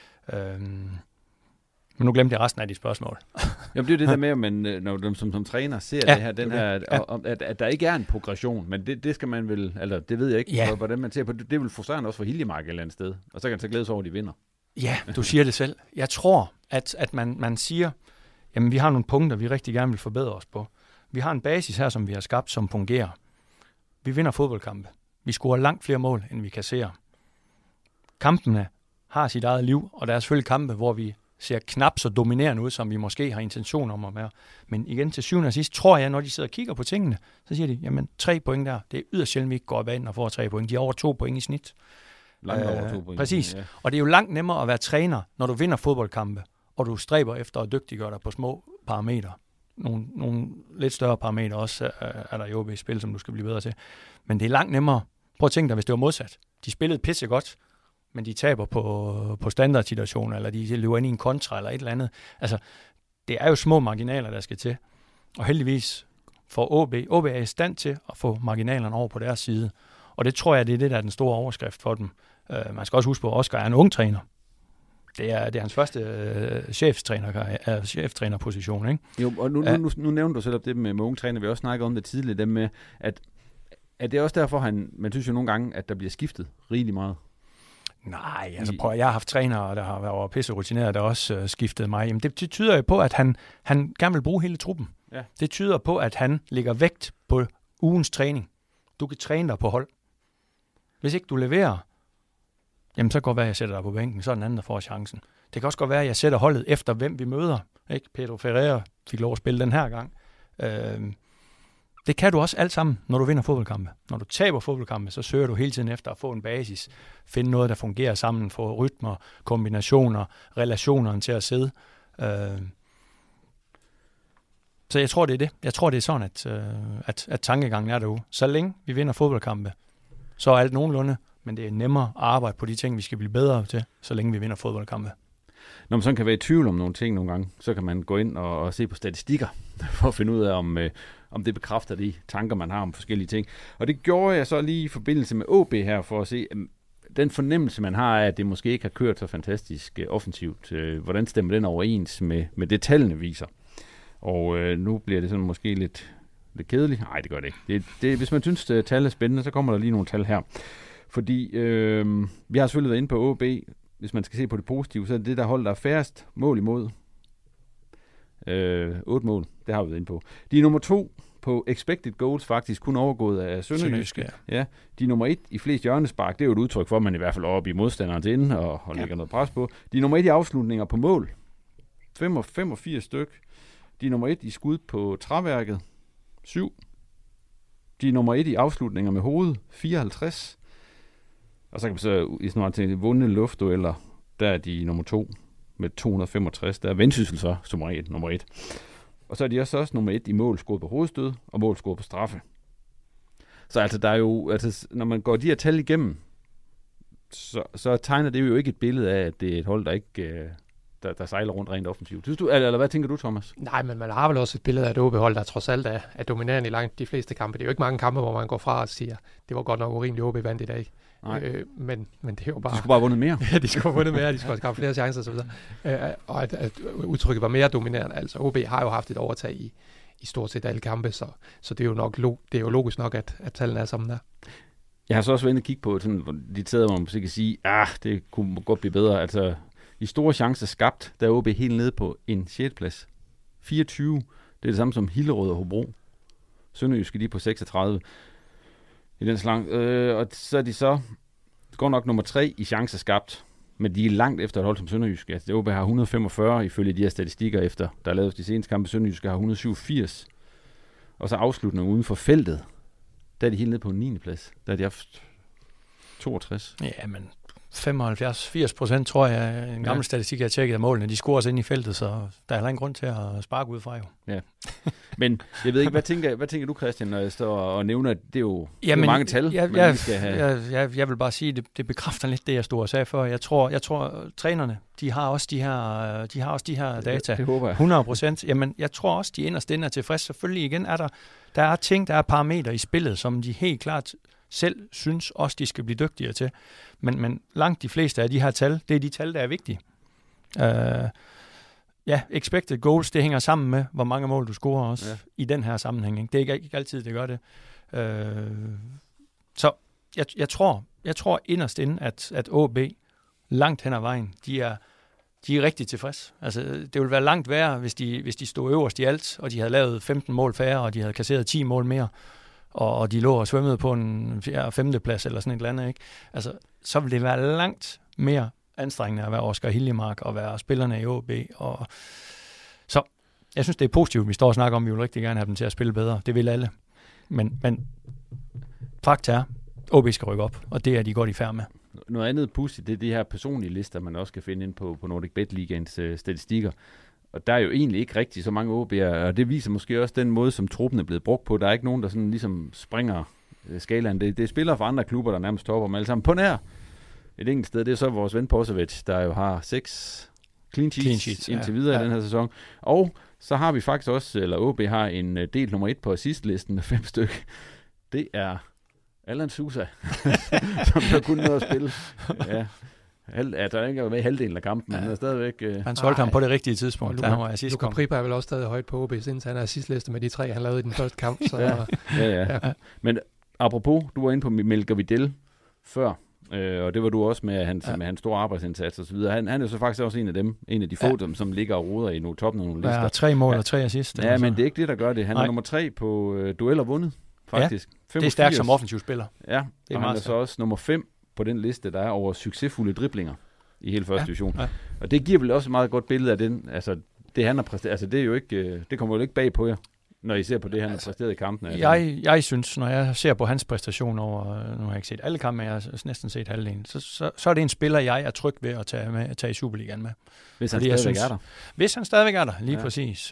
[SPEAKER 9] Men nu glemte jeg resten af de spørgsmål.
[SPEAKER 8] Jamen, det er jo det der med, at man, når du som træner ser det her, at der ikke er en progression, men det skal man vel, eller det ved jeg ikke, hvordan man ser på det. Det vil frustrerende også for Hiljemark et eller andet sted, og så kan han så glæde sig over, at de vinder.
[SPEAKER 9] Ja, du siger det selv. Jeg tror, at man siger, jamen vi har nogle punkter, vi rigtig gerne vil forbedre os på. Vi har en basis her, som vi har skabt, som fungerer. Vi vinder fodboldkampe. Vi scorer langt flere mål, end vi kasserer. Kampene har sit eget liv, og der er selvfølgelig kampe, hvor vi ser knap så dominerende ud, som vi måske har intention om at være. Men igen til syvende og sidst, tror jeg, når de sidder og kigger på tingene, så siger de, jamen 3 point der, det er yderst sjældent, vi ikke går op ad og får 3 point. De er over 2 point i snit.
[SPEAKER 8] Langt over 2 point.
[SPEAKER 9] Præcis.
[SPEAKER 8] Ja.
[SPEAKER 9] Og det er jo langt nemmere at være træner, når du vinder fodboldkampe, og du stræber efter at dygtiggøre dig på små parametre. Nogle lidt større parametre også er der i OB-spil, som du skal blive bedre til. Men det er langt nemmere. Prøv at tænke dig, hvis det var modsat. De spillede pisse godt, men de taber på standardsituationer, eller de løber ind i en kontra, eller et eller andet. Altså, det er jo små marginaler, der skal til. Og heldigvis for OB er i stand til at få marginalerne over på deres side. Og det tror jeg, det er det, der er den store overskrift for dem. Man skal også huske på, at Oscar er en ung træner. Det er hans første cheftrænerposition, ikke?
[SPEAKER 8] Jo, og nu nævnte du selv op det med unge træner. Vi har også snakket om det tidligere, dem med, at det er også derfor, man synes jo nogle gange, at der bliver skiftet rigeligt meget.
[SPEAKER 9] Nej, altså prøv, jeg har haft trænere, der har været pisse rutineret, der også skiftet mig. Jamen, det tyder jo på, at han gerne vil bruge hele truppen. Ja. Det tyder på, at han lægger vægt på ugens træning. Du kan træne dig på hold. Hvis ikke du leverer, jamen så kan det godt være, at jeg sætter dig på bænken, så er den anden, der får chancen. Det kan også godt være, at jeg sætter holdet efter, hvem vi møder. Ikke? Pedro Ferreira fik lov at spille den her gang. Det kan du også alt sammen, når du vinder fodboldkampe. Når du taber fodboldkampe, så søger du hele tiden efter at få en basis. Finde noget, der fungerer sammen, få rytmer, kombinationer, relationerne til at sidde. Så jeg tror, det er det. Jeg tror, det er sådan, at tankegangen er derude. Så længe vi vinder fodboldkampe, så er alt nogenlunde, men det er nemmere at arbejde på de ting, vi skal blive bedre til, så længe vi vinder fodboldkampe.
[SPEAKER 8] Når man sådan kan være i tvivl om nogle ting nogle gange, så kan man gå ind og se på statistikker, for at finde ud af, om det bekræfter de tanker, man har om forskellige ting. Og det gjorde jeg så lige i forbindelse med OB her, for at se den fornemmelse, man har af, at det måske ikke har kørt så fantastisk offensivt. Hvordan stemmer den overens med det, tallene viser? Og nu bliver det sådan måske lidt kedeligt. Nej, det gør det ikke. Hvis man synes, at tal er spændende, så kommer der lige nogle tal her. Fordi vi har selvfølgelig været inde på OB. Hvis man skal se på det positive, så er det der hold, der er færrest mål imod. 8 mål, det har vi været inde på. De er nummer 2 på expected goals, faktisk kun overgået af Sønderjyske. Ja. De er nummer 1 i flest hjørnespark. Det er jo et udtryk for, at man i hvert fald er oppe i modstanderens ende og lægger noget pres på. De er nummer 1 i afslutninger på mål. 85 styk. De er nummer 1 i skud på træværket. 7. De er nummer 1 i afslutninger med hovedet. 54. Og så kan man så i sådan noget vundne luftdueller, der er de nummer 2 med 265. Der er Vendsyssel så som nummer 1. Og så er de også nummer 1 i mål scoret på hovedstød og mål scoret på straffe. Så altså der er jo, altså når man går de her tal igennem, så tegner det jo ikke et billede af, at det er et hold, der ikke der sejler rundt rent offensivt. Synes du, eller hvad tænker du, Thomas?
[SPEAKER 10] Nej, men man har vel også et billede af et OB-hold, der trods alt er dominerende i langt de fleste kampe. Det er jo ikke mange kampe, hvor man går fra og siger, det var godt nok urimeligt, OB vandt i dag. Men det er jo bare...
[SPEAKER 8] De skulle bare have vundet mere.
[SPEAKER 10] Ja, de skulle have vundet mere, de skulle have skabt flere chancer osv. Og at udtrykket var mere dominerende. Altså OB har jo haft et overtag i stort set alle kampe, så det er jo nok det er jo logisk nok, at tallene er sammen der.
[SPEAKER 8] Jeg har så også været inde og kigge på sådan, de steder, hvor man så kan sige, det kunne godt blive bedre. Altså, de store chancer skabt, der er OB helt nede på en 6. plads. 24, det er det samme som Hillerød og Hobro. Sønderjyske, de er på 36. I den slang. Og så er de så går nok nummer 3 i chancer skabt, men de er langt efter et hold som Sønderjyske. Altså, OB har 145 ifølge de her statistikker efter, der er lavet de seneste kampe. Sønderjyske har 187. Og så afslutningen uden for feltet, der er de helt nede på en 9. plads. Der er de haft 62.
[SPEAKER 9] Ja, men 75-80% tror jeg, en gammel statistik, jeg har tjekket af målene, de scorer sig ind i feltet, så der er heller ingen grund til at sparke ud fra jo.
[SPEAKER 8] Ja. Men jeg ved ikke, hvad tænker du, Christian, når jeg står og nævner, at det er jo mange tal, man skal have? Jeg
[SPEAKER 9] vil bare sige, det bekræfter lidt det, jeg stod og sagde før. Jeg tror trænerne, de har også de her data.
[SPEAKER 8] Det håber jeg.
[SPEAKER 9] 100%. Jamen, jeg tror også, de inderst inde er tilfreds. Selvfølgelig igen er der er ting, der er parametre i spillet, som de helt klart selv synes også, de skal blive dygtigere til. Men langt de fleste af de her tal, det er de tal, der er vigtige. Expected goals, det hænger sammen med, hvor mange mål du scorer også i den her sammenhæng. Ikke? Det er ikke altid, det gør det. Så jeg tror inderst inde, at OB langt hen ad vejen, de er rigtig tilfreds. Altså, det ville være langt værre, hvis de stod øverst i alt, og de havde lavet 15 mål færre, og de havde kasseret 10 mål mere, og de lå og svømmede på en 4. og 5. plads eller sådan et eller andet, ikke? Altså, så ville det være langt mere anstrengende at være Oscar Hiljemark og være spillerne i OB. Og så jeg synes, det er positivt, vi står og snakker om, vi vil rigtig gerne have dem til at spille bedre. Det vil alle. Men fakta er, OB skal rykke op, og det er de godt i færd med.
[SPEAKER 8] Noget andet pudsigt, det er de her personlige lister, man også kan finde ind på Nordic Bet Ligaens statistikker. Og der er jo egentlig ikke rigtig så mange OB'er, og det viser måske også den måde, som truppen er blevet brugt på. Der er ikke nogen, der sådan ligesom springer skalaen. Det er spillere fra andre klubber, der nærmest topper dem alle sammen. På nær et enkelt sted, det er så vores ven Posevic, der jo har 6 clean sheets indtil videre i den her sæson. Og så har vi faktisk også, eller OB har en del nummer 1 på assistlisten med 5 stykker. Det er Allan Sousa, som der kun nåede at spille. Ja. Der er ikke været med i halvdelen af kampen, men han er stadigvæk...
[SPEAKER 9] Han solgte ham på det rigtige tidspunkt, da han var assist.
[SPEAKER 10] Luka Pripa er vel også stadig højt på OB, siden han er assistliste med de 3, han lavede i den første kamp. Så,
[SPEAKER 8] ja. Men apropos, du var inde på Melker Vidal før, og det var du også med hans store arbejdsindsats og så videre. Han er jo så faktisk også en af de få, som ligger og roder i nogle toppen af nogle lister.
[SPEAKER 9] Ja, 3 mål og 3 assist.
[SPEAKER 8] Ja, men det er ikke det, der gør det. Han er nummer 3 på dueller vundet, faktisk.
[SPEAKER 9] Ja, det er stærkt som offensiv spiller.
[SPEAKER 8] Ja, det er og han er så også nummer 5 på den liste, der er over succesfulde driblinger i hele første division. Ja. Og det giver vel også et meget godt billede af den, altså det han har præsteret, altså det er jo ikke, det kommer jo ikke bag på jer, når I ser på det, han har præsteret i kampen.
[SPEAKER 9] Jeg synes, når jeg ser på hans præstation over, nu har jeg ikke set alle kampe, men jeg har næsten set halvdelen, så er det en spiller, jeg er tryg ved at tage i Superligaen med.
[SPEAKER 8] Hvis han stadigvæk er der.
[SPEAKER 9] Hvis han stadigvæk er der, lige præcis.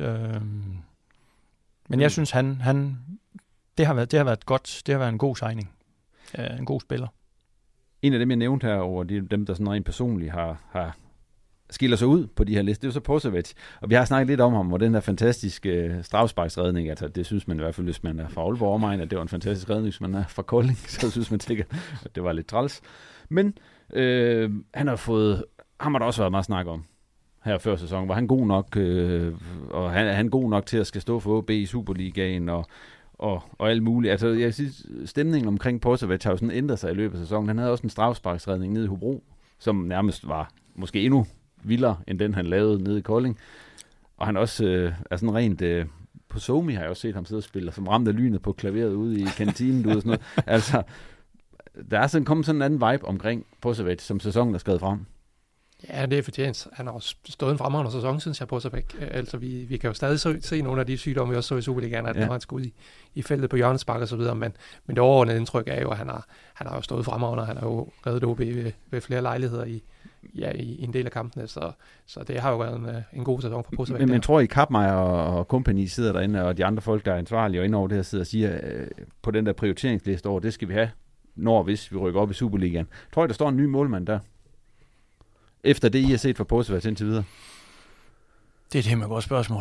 [SPEAKER 9] Men jeg synes, det har været godt, det har været en god signing. En god spiller.
[SPEAKER 8] En af dem, jeg nævnte her over, dem, der sådan rent personligt har skiller sig ud på de her lister, det er jo så Posevic. Og vi har snakket lidt om ham, og den her fantastiske strafsparksredning, altså det synes man i hvert fald, hvis man er fra Aalborg omegn, at det var en fantastisk redning, hvis man er fra Kolding, så synes man sikkert, at det var lidt træls. Men han har der også været meget snak om her før sæsonen. Var han god nok, og han god nok til at skal stå for OB i Superligaen, og alt muligt. Altså, jeg synes, stemningen omkring Posevic har jo sådan ændret sig i løbet af sæsonen. Han havde også en strafsparksredning nede i Hobro, som nærmest var måske endnu vildere, end den han lavede nede i Kolding. Og han også er sådan rent... på Somi har jeg også set ham sidde og spille, som ramte lynet på klaveret ude i kantinen, og sådan noget. Altså, der er sådan kommet sådan en anden vibe omkring Posevic, som sæsonen er skrevet frem.
[SPEAKER 10] Ja, det er fortjent. Han har også stået en fremragende sæson, synes jeg, Posevic. Altså, vi kan jo stadig se nogle af de sygdomme, vi også så i Superligaen, at når han skal ud i feltet på hjørnespark og så videre, men det overordnede indtryk er jo, at han har jo stået fremragende, han har jo reddet OB ved flere lejligheder i en del af kampene, så det har jo været en god sæson for Posevic.
[SPEAKER 8] Men tror I, Kappmeier og company sidder derinde, og de andre folk, der er ansvarlige og inde over det her, sidder og siger, på den der prioriteringsliste over, det skal vi have, hvis vi rykker op i Superligaen. Tror I, der står en ny målmand der? Efter det, I har set fra Posevic indtil videre?
[SPEAKER 9] Det er et helt godt spørgsmål.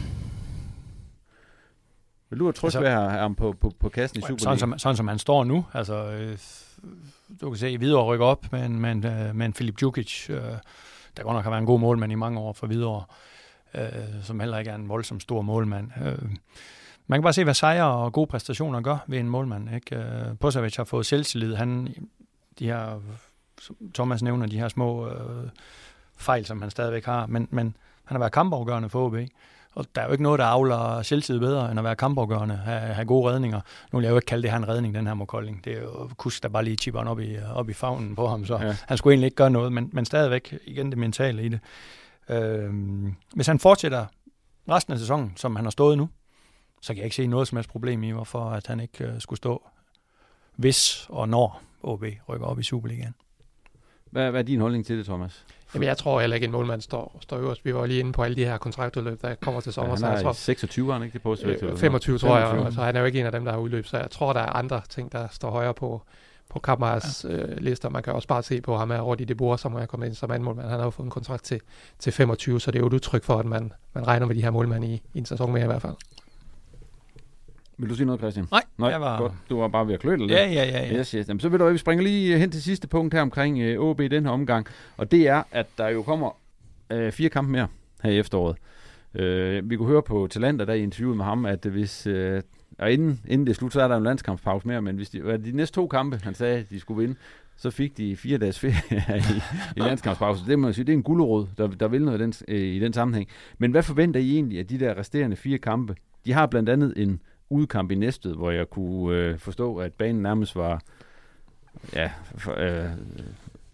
[SPEAKER 8] Vil du have tryk ved at have ham på kassen i Superligaen?
[SPEAKER 9] Sådan som han står nu. Altså, du kan se, Hvidovre rykker op med en Filip Djukic, der godt nok har været en god målmand i mange år for Hvidovre, som heller ikke er en voldsom stor målmand. Man kan bare se, hvad sejre og gode præstationer gør ved en målmand. Ikke? Posevic har fået selvtillid. De her... Thomas nævner de her små fejl, som han stadigvæk har, men han har været kampafgørende for OB, og der er jo ikke noget, der avler selvtid bedre, end at være kampafgørende, have gode redninger. Nu vil jeg jo ikke kalde det her en redning, den her mod Kolding. Det er jo Kusk, der bare lige chipper op i favnen på ham, så han skulle egentlig ikke gøre noget, men stadigvæk igen det mentale i det. Hvis han fortsætter resten af sæsonen, som han har stået nu, så kan jeg ikke se noget som helst problem i, hvorfor at han ikke skulle stå, hvis og når OB rykker op i Superligaen.
[SPEAKER 8] Hvad er din holdning til det, Thomas?
[SPEAKER 10] Jamen, jeg tror heller ikke, en målmand står øverst. Vi var lige inde på alle de her kontraktudløb, der kommer til sommer.
[SPEAKER 8] Han er 26, han ikke det på?
[SPEAKER 10] 25, tror jeg. Altså, han er jo ikke en af dem, der har udløb, så jeg tror, der er andre ting, der står højere på Kappmeyers lister. Man kan også bare se på ham her, Rudi de Boer, som er kommet ind som anden målmand. Han har jo fået en kontrakt til 25, så det er jo et udtryk for, at man regner med de her målmænd i en sæson mere i hvert fald.
[SPEAKER 8] Vil du sige noget, Christian?
[SPEAKER 9] Nej, jeg var...
[SPEAKER 8] Godt. Du var bare ved at kløtte lidt.
[SPEAKER 9] Ja.
[SPEAKER 8] Yes. Jamen, så vil du, vi springer lige hen til sidste punkt her omkring OB i den her omgang. Og det er, at der jo kommer 4 kampe mere her i efteråret. Vi kunne høre på Talander, der i interviewet med ham, at hvis... og inden det slut, så er der en landskampspause mere, men hvis de næste 2 kampe, han sagde, de skulle vinde, så fik de 4 dages ferie i landskampspause. Det må jeg sige, det er en gulerod, der vil noget i den sammenhæng. Men hvad forventer I egentlig af de der resterende 4 kampe? De har blandt andet en udkamp i Næstved, hvor jeg kunne forstå, at banen nærmest var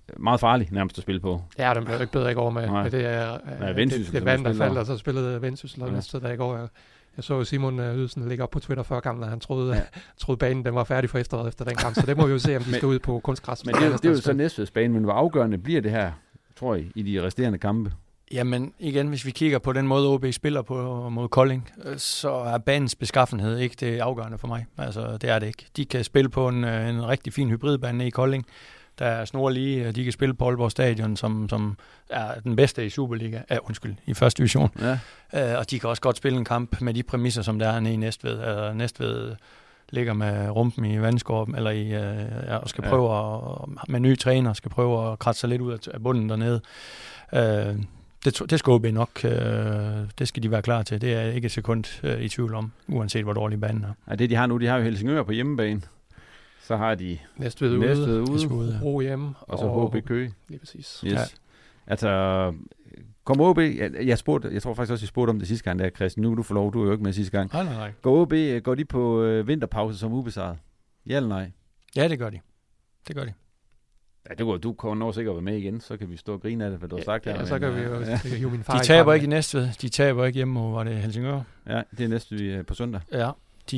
[SPEAKER 8] meget farlig nærmest at spille på.
[SPEAKER 10] Ja, den blev ikke bedre i går med det vand, der faldt, og så spillede Vendsyssel og næste dag i går. Jeg så Simon Ydelsen ligge op på Twitter før kampen, og han troede banen den var færdig for efteråret efter den kamp, så det må vi jo se, om de skal ud på kunstgræs.
[SPEAKER 8] Men det er jo så Næstveds bane, men hvor afgørende bliver det her, tror jeg, i de resterende kampe?
[SPEAKER 9] Jamen igen, hvis vi kigger på den måde, OB spiller på mod Kolding, så er banens beskaffenhed ikke det afgørende for mig. Altså, det er det ikke. De kan spille på en rigtig fin hybridbane i Kolding, der er snorlige, de kan spille på Aalborg Stadion, som er den bedste i Superliga, i første division. Ja. Og de kan også godt spille en kamp med de præmisser, som der er nede i Næstved. Næstved ligger med rumpen i vandskorpen, eller og skal prøve med nye træner, skal prøve at kratte sig lidt ud af bunden dernede. Det skal OB nok, det skal de være klar til. Det er ikke et sekund i tvivl om, uanset hvor dårlig banen er.
[SPEAKER 8] Ja, det de har nu, de har jo Helsingør på hjemmebane. Så har de
[SPEAKER 10] Næstved ude. Ro hjemme.
[SPEAKER 8] Og så HB Køge.
[SPEAKER 10] Lige præcis.
[SPEAKER 8] Yes. Ja. Altså, kom OB, jeg tror faktisk også, I spurgte om det sidste gang, der Christian. Nu kan du få lov, du er jo ikke med sidste gang.
[SPEAKER 9] Nej.
[SPEAKER 8] Går de på vinterpause som ubesejret? Ja eller nej?
[SPEAKER 9] Ja, det gør de.
[SPEAKER 8] Ja, du kommer sikkert være med igen, så kan vi stå og grine af det, hvad du har sagt her.
[SPEAKER 10] Ja, så kan vi jo min far.
[SPEAKER 9] De taber ikke i Næstved, de taber ikke hjemme, var det Helsingør?
[SPEAKER 8] Ja, det er Næstved på søndag.
[SPEAKER 9] Ja,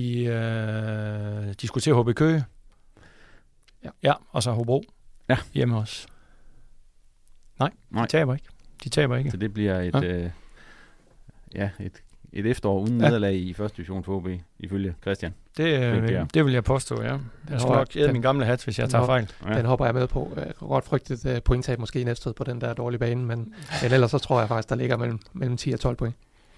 [SPEAKER 9] de skulle til HB Køge. Ja, og så Hobro hjemme også. Nej, de taber ikke.
[SPEAKER 8] Så det bliver et efterår uden nederlag i første division for HB, ifølge Christian.
[SPEAKER 9] Det vil jeg påstå, ja. Jeg tror nok æde min gamle hat, hvis jeg tager fejl.
[SPEAKER 10] Den hopper jeg med på. Jeg kan godt frygte et pointtab måske i Næstved på den der dårlige bane, men ellers så tror jeg faktisk, der ligger mellem 10 og 12 point.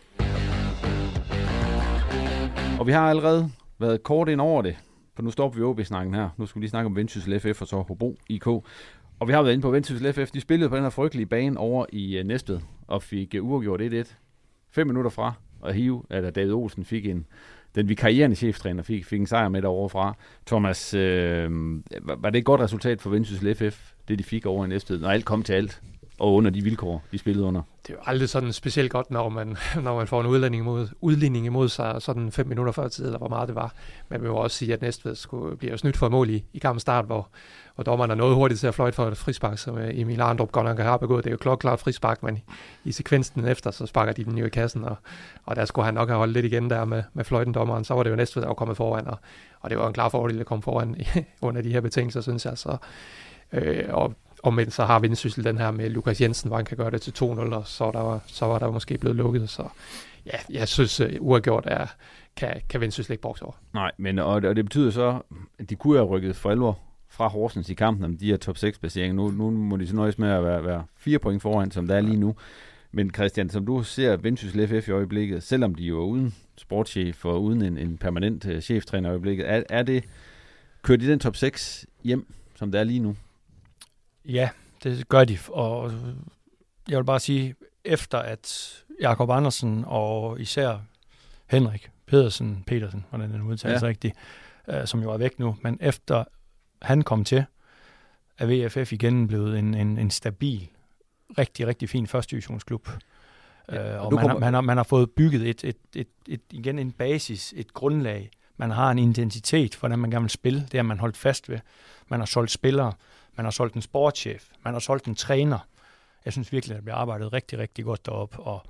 [SPEAKER 8] Og vi har allerede været kort ind over det, for nu stopper vi OB-snakken her. Nu skal vi lige snakke om Vendsyssel FF og så Hobro IK. Og vi har været inde på Vendsyssel FF. De spillede på den her frygtelige bane over i Næstved og fik uafgjort 1-1. 5 minutter fra at hive, at David Olsen fik den vikarierende cheftræner fik en sejr med derovre fra. Thomas, var det et godt resultat for Vendsyssel FF, det de fik over i Næstved, når alt kom til alt, og under de vilkår, de spillede under?
[SPEAKER 10] Det er jo aldrig sådan specielt godt, når man får en udligning imod sig sådan 5 minutter før tid, eller hvor meget det var. Men man vil jo også sige, at Næstved skulle blive snydt for et mål i kampens start, hvor dommeren er noget hurtigt til at fløjte for et frispark, som Emil Arndrup godt nok har begået. Det er jo klokklart frispark, men i sekvensen efter, så sparker de den jo i kassen, og der skulle han nok have holdt lidt igen der med fløjtendommeren. Så var det jo Næstved, der var kommet foran, og det var en klar fordel at komme foran under de her betingelser, synes jeg. Så, og men så har Vendsyssel den her med Lukas Jensen, hvor han kan gøre det til 2-0, og så var der måske blevet lukket. Så ja, jeg synes uafgjort kan Vendsyssel ikke brokse over.
[SPEAKER 8] Nej, men og det betyder så, at de kunne have rykket for alvor fra Horsens i kampen om de her top 6 placeringer. Nu må de så nøjes med at være 4 point foran, som der er lige nu. Men Christian, som du ser Vendsyssel FF i øjeblikket, selvom de jo er uden sportschef og uden en permanent cheftræner i øjeblikket, kører de den top 6 hjem, som der er lige nu?
[SPEAKER 9] Ja, det gør de, og jeg vil bare sige, efter at Jakob Andersen og især Henrik Petersen, hvordan den udtales rigtigt, som jo er væk nu, men efter han kom til, er VFF igen blevet en stabil, rigtig, rigtig fin første divisionsklub. Og man har fået bygget igen en basis, et grundlag. Man har en identitet, hvordan man gerne vil spille. Det har man holdt fast ved. Man har solgt spillere. Man har solgt en sportschef. Man har solgt en træner. Jeg synes virkelig, at der bliver arbejdet rigtig, rigtig godt deroppe. Og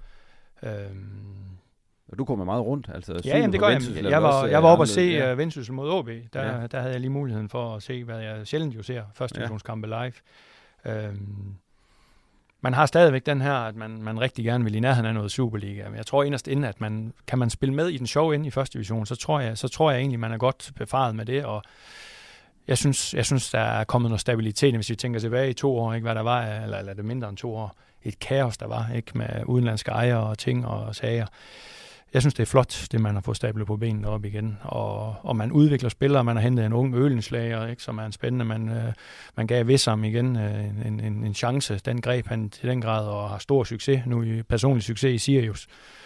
[SPEAKER 8] du kommer meget rundt. Altså,
[SPEAKER 9] ja, jamen, det gør jeg. Jeg var oppe og se Vendsyssel mod OB. Der havde jeg lige muligheden for at se, hvad jeg sjældent jo ser. Første divisionskampe live. Man har stadigvæk den her, at man rigtig gerne vil i nærheden af noget Superliga. Men jeg tror inderst inden, at kan man spille med i den sjove ende i første division, så tror jeg egentlig, man er godt befaret med det, og jeg synes, der er kommet noget stabilitet, hvis vi tænker tilbage i 2 år, ikke, hvad der var, eller det mindre end 2 år, et kaos, der var, ikke, med udenlandske ejere og ting og sager. Jeg synes, det er flot, det man har fået stablet på benene op igen, og man udvikler spillere, man har hentet en ung Ølenslager, ikke, som er en spændende, man gav Vissam igen en chance, den greb han til den grad, og har stor succes, nu i personlig succes i Sirius.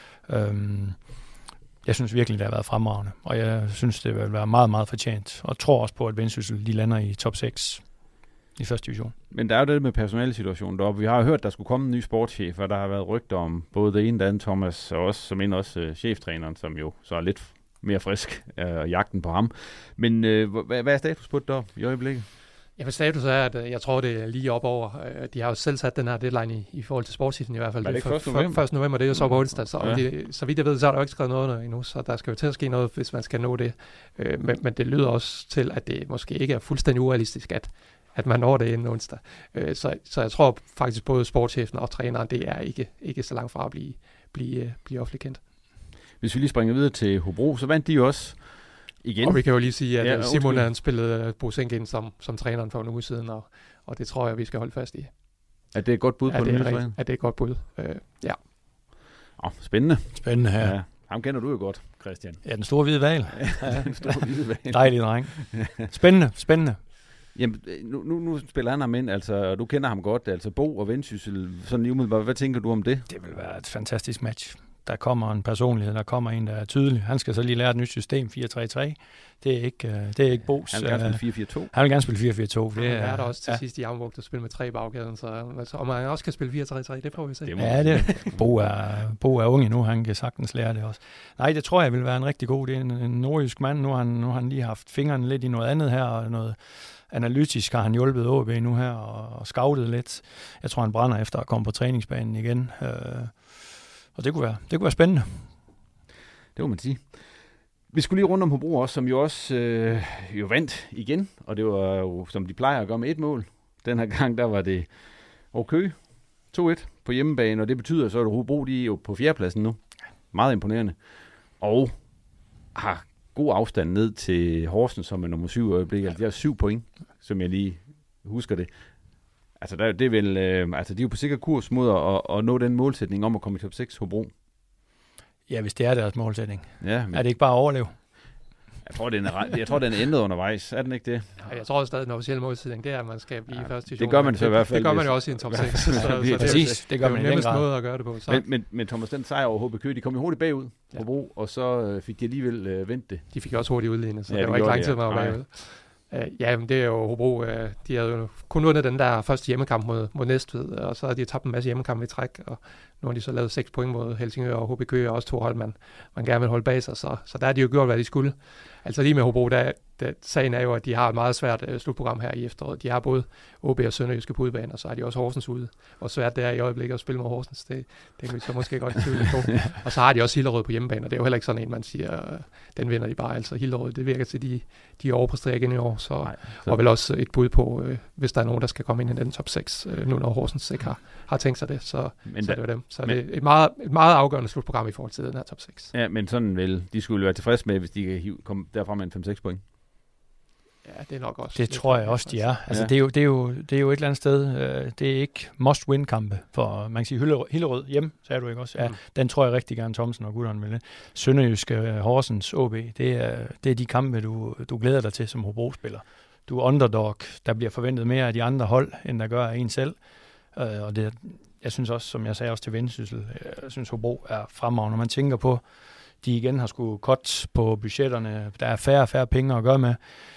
[SPEAKER 9] Jeg synes virkelig, det har været fremragende, og jeg synes, det vil være meget, meget fortjent, og tror også på, at Vendsyssel, de lander i top 6 i første division.
[SPEAKER 8] Men der er jo det med personalsituationen deroppe. Vi har jo hørt, der skulle komme en ny sportschef, og der har været rygter om både det ene, det andet, Thomas, og også, som også cheftræneren, som jo så er lidt mere frisk, og jagten på ham. Men hvad er status på det deroppe i øjeblikket?
[SPEAKER 10] Ja, status er, at jeg tror, det er lige op over. De har jo selv sat den her deadline i forhold til sportchefen i hvert fald.
[SPEAKER 8] Var det ikke 1.
[SPEAKER 10] november, det er jo så på onsdag. Så,
[SPEAKER 8] ja.
[SPEAKER 10] Så vidt jeg ved, så er der jo ikke skrevet noget endnu, så der skal jo til at ske noget, hvis man skal nå det. Men det lyder også til, at det måske ikke er fuldstændig urealistisk, at man når det inden onsdag. Så jeg tror faktisk, både sportschefen og træneren, det er ikke så langt fra at blive offentligt kendt.
[SPEAKER 8] Hvis vi lige springer videre til Hobro, så vandt de jo også igen.
[SPEAKER 10] Og vi kan jo lige sige, at Simon han spillede Bosenk ind som træneren for en uge siden, og det tror jeg, vi skal holde fast i.
[SPEAKER 8] Er det et godt bud på den nye træner?
[SPEAKER 10] Er det et godt bud? Ja.
[SPEAKER 8] Spændende.
[SPEAKER 9] Spændende her.
[SPEAKER 8] Ja. Ham kender du jo godt, Christian.
[SPEAKER 9] Ja, den store hvide hval.
[SPEAKER 8] Ja, den store hvide hval.
[SPEAKER 9] Dejlig dreng. Spændende.
[SPEAKER 8] Jamen, nu spiller han ham ind, altså, og du kender ham godt, altså Bo og Vendsyssel, sådan umiddelbart. Hvad tænker du om det?
[SPEAKER 9] Det vil være et fantastisk match. Der kommer en personlighed, der kommer en, der er tydelig. Han skal så lige lære et nyt system, 4-3-3. Det er ikke Bo's.
[SPEAKER 8] Han vil gerne spille 4-4-2.
[SPEAKER 9] Han vil gerne spille 4-4-2.
[SPEAKER 10] Det er der også til sidst i Amvågt at spille med 3 bagkæden, så om han også kan spille 4-3-3, det prøver vi at se.
[SPEAKER 9] Bo er ung endnu, han kan sagtens lære det også. Nej, det tror jeg vil være en rigtig god. Det er en nordjysk mand. Nu har han lige haft fingrene lidt i noget andet her, og noget analytisk har han hjulpet OB nu her, og scoutet lidt. Jeg tror, han brænder efter at komme på træningsbanen igen. Og det kunne være spændende.
[SPEAKER 8] Det må man sige. Vi skulle lige rundt om Hobro også, som jo også vandt igen. Og det var jo, som de plejer at gøre, med 1 mål. Den her gang, der var det okay. 2-1 på hjemmebane, og det betyder så, at Hobro de er jo på 4. pladsen nu. Meget imponerende. Og har god afstand ned til Horsens, som er nummer 7 i øjeblikket. Altså, de har 7 point, som jeg lige husker det. Altså, det er vel, de er jo på sikker kurs mod at nå den målsætning om at komme i top 6 Hobro.
[SPEAKER 9] Ja, hvis det er deres målsætning.
[SPEAKER 8] Ja, men
[SPEAKER 9] er det ikke bare at overleve?
[SPEAKER 8] Jeg tror, den er ændret undervejs. Er den ikke det?
[SPEAKER 10] Ja, jeg tror stadig, den officielle målsætning, det er, at man skal blive i første division.
[SPEAKER 8] Det gør man så i hvert fald.
[SPEAKER 10] Det gør man jo også i en top 6. så
[SPEAKER 9] præcis, det gør man i den grad.
[SPEAKER 10] Måde at gøre det på. Så.
[SPEAKER 8] Men Thomas, den sejr over HB Køge, de kom jo hurtigt bagud, Hobro, og så fik de alligevel vendt det.
[SPEAKER 10] De fik også hurtigt udlignet, så det var ikke lang tid med at være bagud. Ja, men det er jo Hobro. De havde jo kun vundet den der første hjemmekamp mod Næstved, og så har de tabt en masse hjemmekampe i træk, og nu har de så lavet 6 point mod Helsingør og HB Køge, og også 2 hold, man gerne vil holde bag sig, så der har de jo gjort, hvad de skulle. Altså lige med Hobro, sagen er jo, at de har et meget svært slutprogram her i efteråret. De har både OB og Sønderjyske på udebane, og så har de også Horsens ude. Og svært det er i øjeblikket at spille mod Horsens, det kan vi så måske godt tvivle på. Og så har de også Hillerød på hjemmebane, og det er jo heller ikke sådan en, man siger, den vinder de bare. Altså Hillerød, det virker til, de overpræsterer igen i år, så og vel også et bud på, hvis der er nogen, der skal komme ind i den top 6, nu når Horsens ikke har tænkt sig det, så er det jo dem. Så det er et meget afgørende slutprogram i forhold til den her top 6.
[SPEAKER 8] Ja, men sådan vel, de skulle være tilfredse med, hvis de kan komme derfra med en 5-6 point.
[SPEAKER 10] Ja, det er nok også.
[SPEAKER 9] Det tror jeg også, de er. Altså, det er jo et eller andet sted, det er ikke must-win-kampe, for man kan sige Hillerød hjemme, sagde du ikke også? Ja, den tror jeg rigtig gerne, Thomsen og gutterne vil. Sønderjyske, Horsens, OB, det er de kampe, du glæder dig til som Hobro-spiller. Du er underdog, der bliver forventet mere af de andre hold, end der gør af en selv. Og det, jeg synes også, som jeg sagde også til Vendsyssel, jeg synes Hobro er fremragende. Når man tænker på, de igen har skulle cut på budgetterne, der er færre penge at gøre med.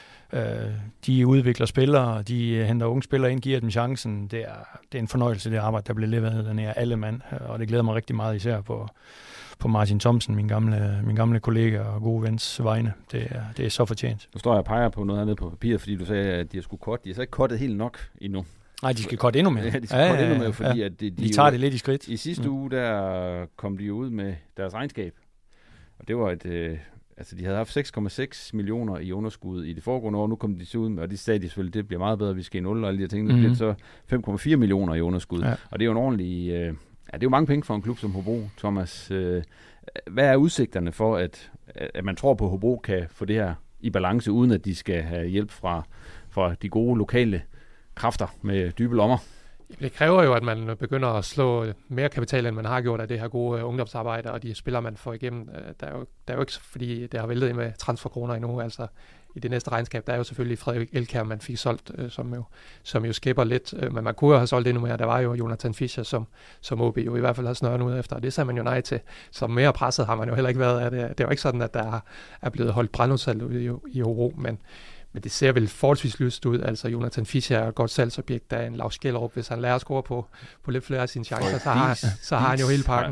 [SPEAKER 9] De udvikler spillere, de henter unge spillere ind, giver dem chancen. Det er en fornøjelse, det arbejde, der bliver leveret dernede af alle mand, og det glæder mig rigtig meget, især på Martin Thomsen, min gamle kollega og gode vens vegne. Det er så fortjent.
[SPEAKER 8] Nu står jeg og peger på noget andet på papiret, fordi du sagde, at de har skulle cutte. De har så ikke cuttet helt nok endnu.
[SPEAKER 9] Nej, de skal cutte endnu mere.
[SPEAKER 8] Ja, de skal cutte endnu mere, fordi at
[SPEAKER 9] de tager det lidt i skridt.
[SPEAKER 8] I sidste uge, der kom de ud med deres regnskab, og det var altså, de havde haft 6,6 millioner i underskud i det foregående år. Nu kom de så ud med, og de sagde selvfølgelig, det bliver meget bedre, vi skal i 0, og alle de her ting. Nu bliver det så 5,4 millioner i underskud. Ja. Og det er jo en ordentlig... det er jo mange penge for en klub som Hobro, Thomas. Hvad er udsigterne for, at man tror på, at Hobro kan få det her i balance, uden at de skal have hjælp fra de gode lokale kræfter med dybe lommer?
[SPEAKER 10] Det kræver jo, at man begynder at slå mere kapital, end man har gjort af det her gode ungdomsarbejde, og de spillere, man får igennem. Der er jo ikke, fordi det har væltet med transferkroner endnu. Altså, i det næste regnskab, der er jo selvfølgelig Frederik Elkjær, man fik solgt, som jo skæber lidt. Men man kunne jo have solgt endnu mere. Der var jo Jonathan Fischer, som OB jo i hvert fald har snøret ud efter, og det sagde man jo nej til. Så mere presset har man jo heller ikke været af det. Det er jo ikke sådan, at der er blevet holdt brandudsalg ude i Hobro, men det ser vel forholdsvis lyst ud. Altså, Jonathan Fischer er et godt salgsobjekt, der er en Lars Skellerup. Hvis han lærer at score på lidt flere af sine chancer, så har han jo hele pakken.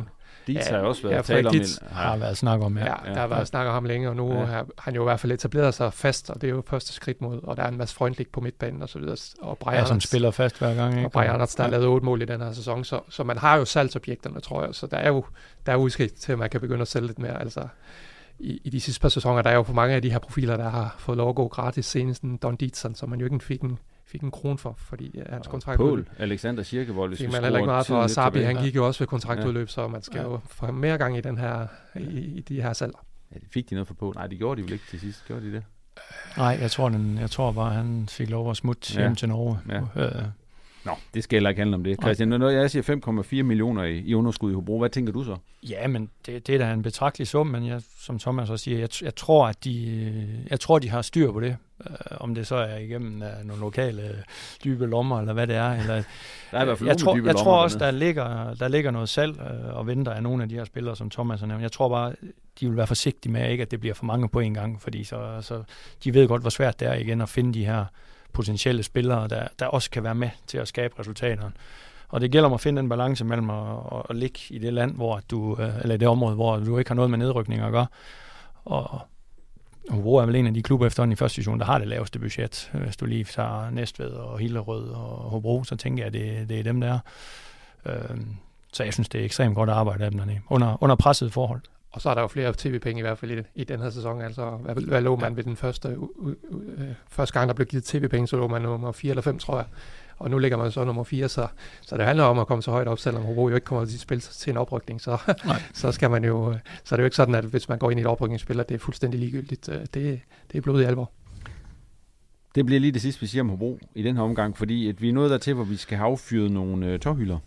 [SPEAKER 8] Dietz har også været talt om.
[SPEAKER 9] Har været snak om,
[SPEAKER 10] ja. Der har været snak om ham længe, og nu har han jo i hvert fald etableret sig fast, og det er jo første skridt mod, og der er en masse Freundlich på midtbanen og så videre. Og
[SPEAKER 9] Brian som spiller fast hver gang. Ikke?
[SPEAKER 10] Og Brian Andersen, der har lavet 8 mål i den her sæson, så man har jo salgsobjekterne, tror jeg, så der er udskilt til, at man kan begynde at sælge lidt mere, altså. I de sidste par sæsoner, der er jo for mange af de her profiler, der har fået lov at gå gratis, senest Don Dietzen, som man jo ikke fik en krone for, fordi hans kontrakt...
[SPEAKER 8] Paul Alexander Schirkevold, hvis vi
[SPEAKER 10] man heller ikke meget for, Sabi, han gik jo også ved kontraktudløb, så man skal jo få mere gang i den her, i de her salg.
[SPEAKER 8] Ja, fik de noget for Paul? Nej, det gjorde de vel ikke til sidst, gjorde de det?
[SPEAKER 9] Nej, jeg tror bare, han fik lov at smutte hjem til Norge.
[SPEAKER 8] Ja. Nå, det skal heller ikke handle om det. Christian, når jeg siger 5,4 millioner i underskud i Hobro, hvad tænker du så?
[SPEAKER 9] Ja, men det er da en betragtelig sum, men som Thomas også siger, jeg tror, de har styr på det. Om det så er igennem nogle lokale dybe lommer, eller hvad det er. Eller,
[SPEAKER 8] der er i hvert fald
[SPEAKER 9] jeg tror også, der ligger noget salg og venter af nogle af de her spillere, som Thomas har nævnt. Jeg tror bare, de vil være forsigtige med, ikke, at det bliver for mange på en gang, fordi så de ved godt, hvor svært det er igen at finde de her potentielle spillere, der også kan være med til at skabe resultaterne. Og det gælder om at finde en balance mellem at ligge i det land, hvor eller i det område, hvor du ikke har noget med nedrykning at gøre. Og Hobro er vel en af de klubber efterhånden i første division, der har det laveste budget. Hvis du lige tager Næstved og Hillerød og Hobro, så tænker jeg, at det er dem, der er. Så jeg synes, det er ekstremt godt arbejde af dem dernede, under presset forhold.
[SPEAKER 10] Og så er der jo flere tv-penge i hvert fald i den her sæson. Altså, hvad lå man ved den første gang, der blev givet tv-penge, så lå man nummer 4 eller 5, tror jeg. Og nu ligger man så nummer 4, så det handler om at komme så højt op, selvom Hobro jo ikke kommer til at spille til en oprykning. Så skal man jo, så er det jo ikke sådan, at hvis man går ind i et oprykningsspil, at det er fuldstændig ligegyldigt. Det er blodig alvor.
[SPEAKER 8] Det bliver lige det sidste, vi siger om Hobro i den her omgang, fordi at vi er nået dertil, hvor vi skal have affyret nogle tårhylder.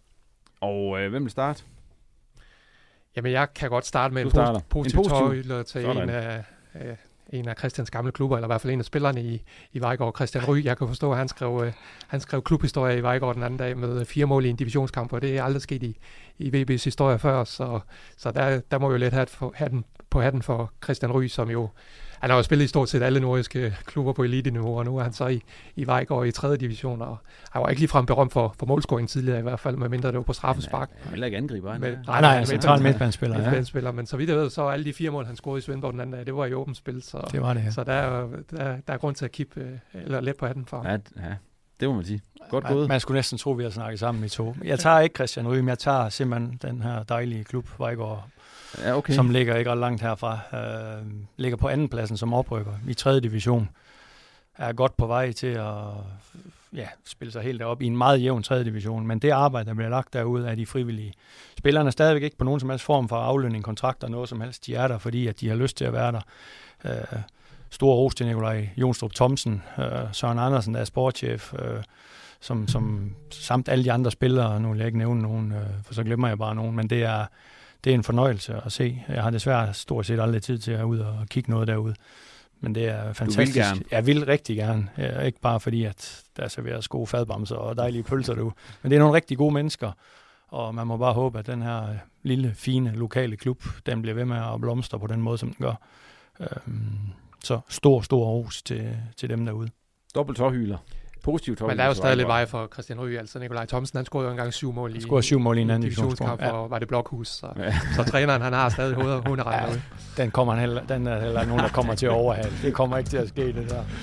[SPEAKER 8] Og hvem vil starte?
[SPEAKER 10] Jamen, jeg kan godt starte med en positiv tårhylder til en af Christians gamle klubber, eller i hvert fald en af spillerne i Vejgaard, Christian Ry. Jeg kan forstå, at han skrev klubhistorie i Vejgaard den anden dag med 4 mål i en divisionskamp, og det er aldrig sket i VB's historie før, så der må vi jo lidt have den for Christian Ry, som jo, han har jo spillet i stort set alle nordiske klubber på elite-niveau, og nu er han så i Vejgaard i 3. division, og han var ikke ligefrem berømt for målscoring tidligere i hvert fald, medmindre det var på straffespark.
[SPEAKER 8] Han er heller ikke angriber.
[SPEAKER 9] Nej, central midtbanespiller.
[SPEAKER 10] Men så vidt jeg ved, så alle de 4 mål, han scorede i Svendborg den anden dag, det var i åbent spil, så,
[SPEAKER 9] det var det, ja.
[SPEAKER 10] Så der er grund til at kippe eller let på hatten for ham.
[SPEAKER 8] Ja, det må man sige. Godt gået.
[SPEAKER 9] Man skulle næsten tro, vi har snakket sammen i to. Jeg tager ikke Christian Ry, men jeg tager simpelthen den her dejlige klub, Vejgaard, som ligger ikke ret langt herfra. Ligger på anden pladsen som oprykker i 3. division. Er godt på vej til at spille sig helt derop i en meget jævn 3. division. Men det arbejde, der bliver lagt derude af de frivillige. Spillerne er stadigvæk ikke på nogen som helst form for aflønning, kontrakter, noget som helst. De er der, fordi at de har lyst til at være der. Stor ros til Nikolaj Jonstrup Thomsen, Søren Andersen, der er sportschef, som samt alle de andre spillere. Nu vil jeg ikke nævne nogen, for så glemmer jeg bare nogen, men det er en fornøjelse at se. Jeg har desværre stort set aldrig tid til at ud og kigge noget derude. Men det er fantastisk.
[SPEAKER 8] Du vil gerne?
[SPEAKER 9] Jeg vil rigtig gerne. Ikke bare fordi, at der serveres gode fadbamser og dejlige pølser derude. Men det er nogle rigtig gode mennesker. Og man må bare håbe, at den her lille, fine, lokale klub, den bliver ved med at blomstre på den måde, som den gør. Så stor ros til dem derude.
[SPEAKER 8] Dobbelt tårhyler. Positivt tårhyler.
[SPEAKER 10] Men der er jo stadig lidt vej for Christian Ry. Altså Nikolaj Thomsen, han scorede jo engang 7 mål
[SPEAKER 9] i en anden
[SPEAKER 10] divisionskamp, og var det Blokhus. Så træneren, han har stadig hovedretten derude.
[SPEAKER 9] Den er heller nogen, der kommer til at overhale. Det kommer ikke til at ske, det der.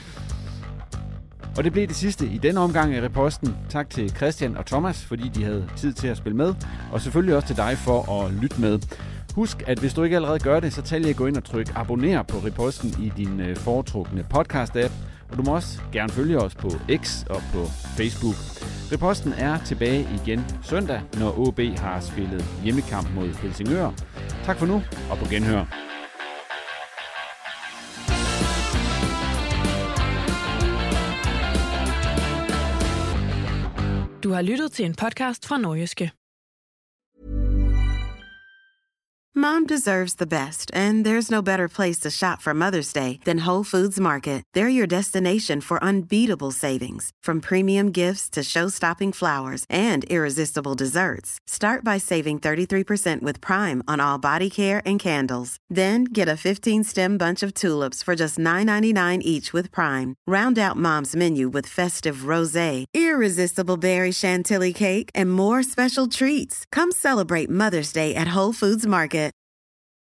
[SPEAKER 8] Og det blev det sidste i denne omgang af Reposten. Tak til Christian og Thomas, fordi de havde tid til at spille med. Og selvfølgelig også til dig for at lytte med. Husk, at hvis du ikke allerede gør det, så tag lige at gå ind og tryk abonner på Reposten i din foretrukne podcast-app. Og du må også gerne følge os på X og på Facebook. Reposten er tilbage igen søndag, når AaB har spillet hjemmekamp mod Helsingør. Tak for nu, og på genhør.
[SPEAKER 7] Du har lyttet til en podcast fra Nordjyske.
[SPEAKER 15] Mom deserves the best, and there's no better place to shop for Mother's Day than Whole Foods Market. They're your destination for unbeatable savings, from premium gifts to show-stopping flowers and irresistible desserts. Start by saving 33% with Prime on all body care and candles. Then get a 15-stem bunch of tulips for just $9.99 each with Prime. Round out Mom's menu with festive rosé, irresistible berry chantilly cake, and more special treats. Come celebrate Mother's Day at Whole Foods Market.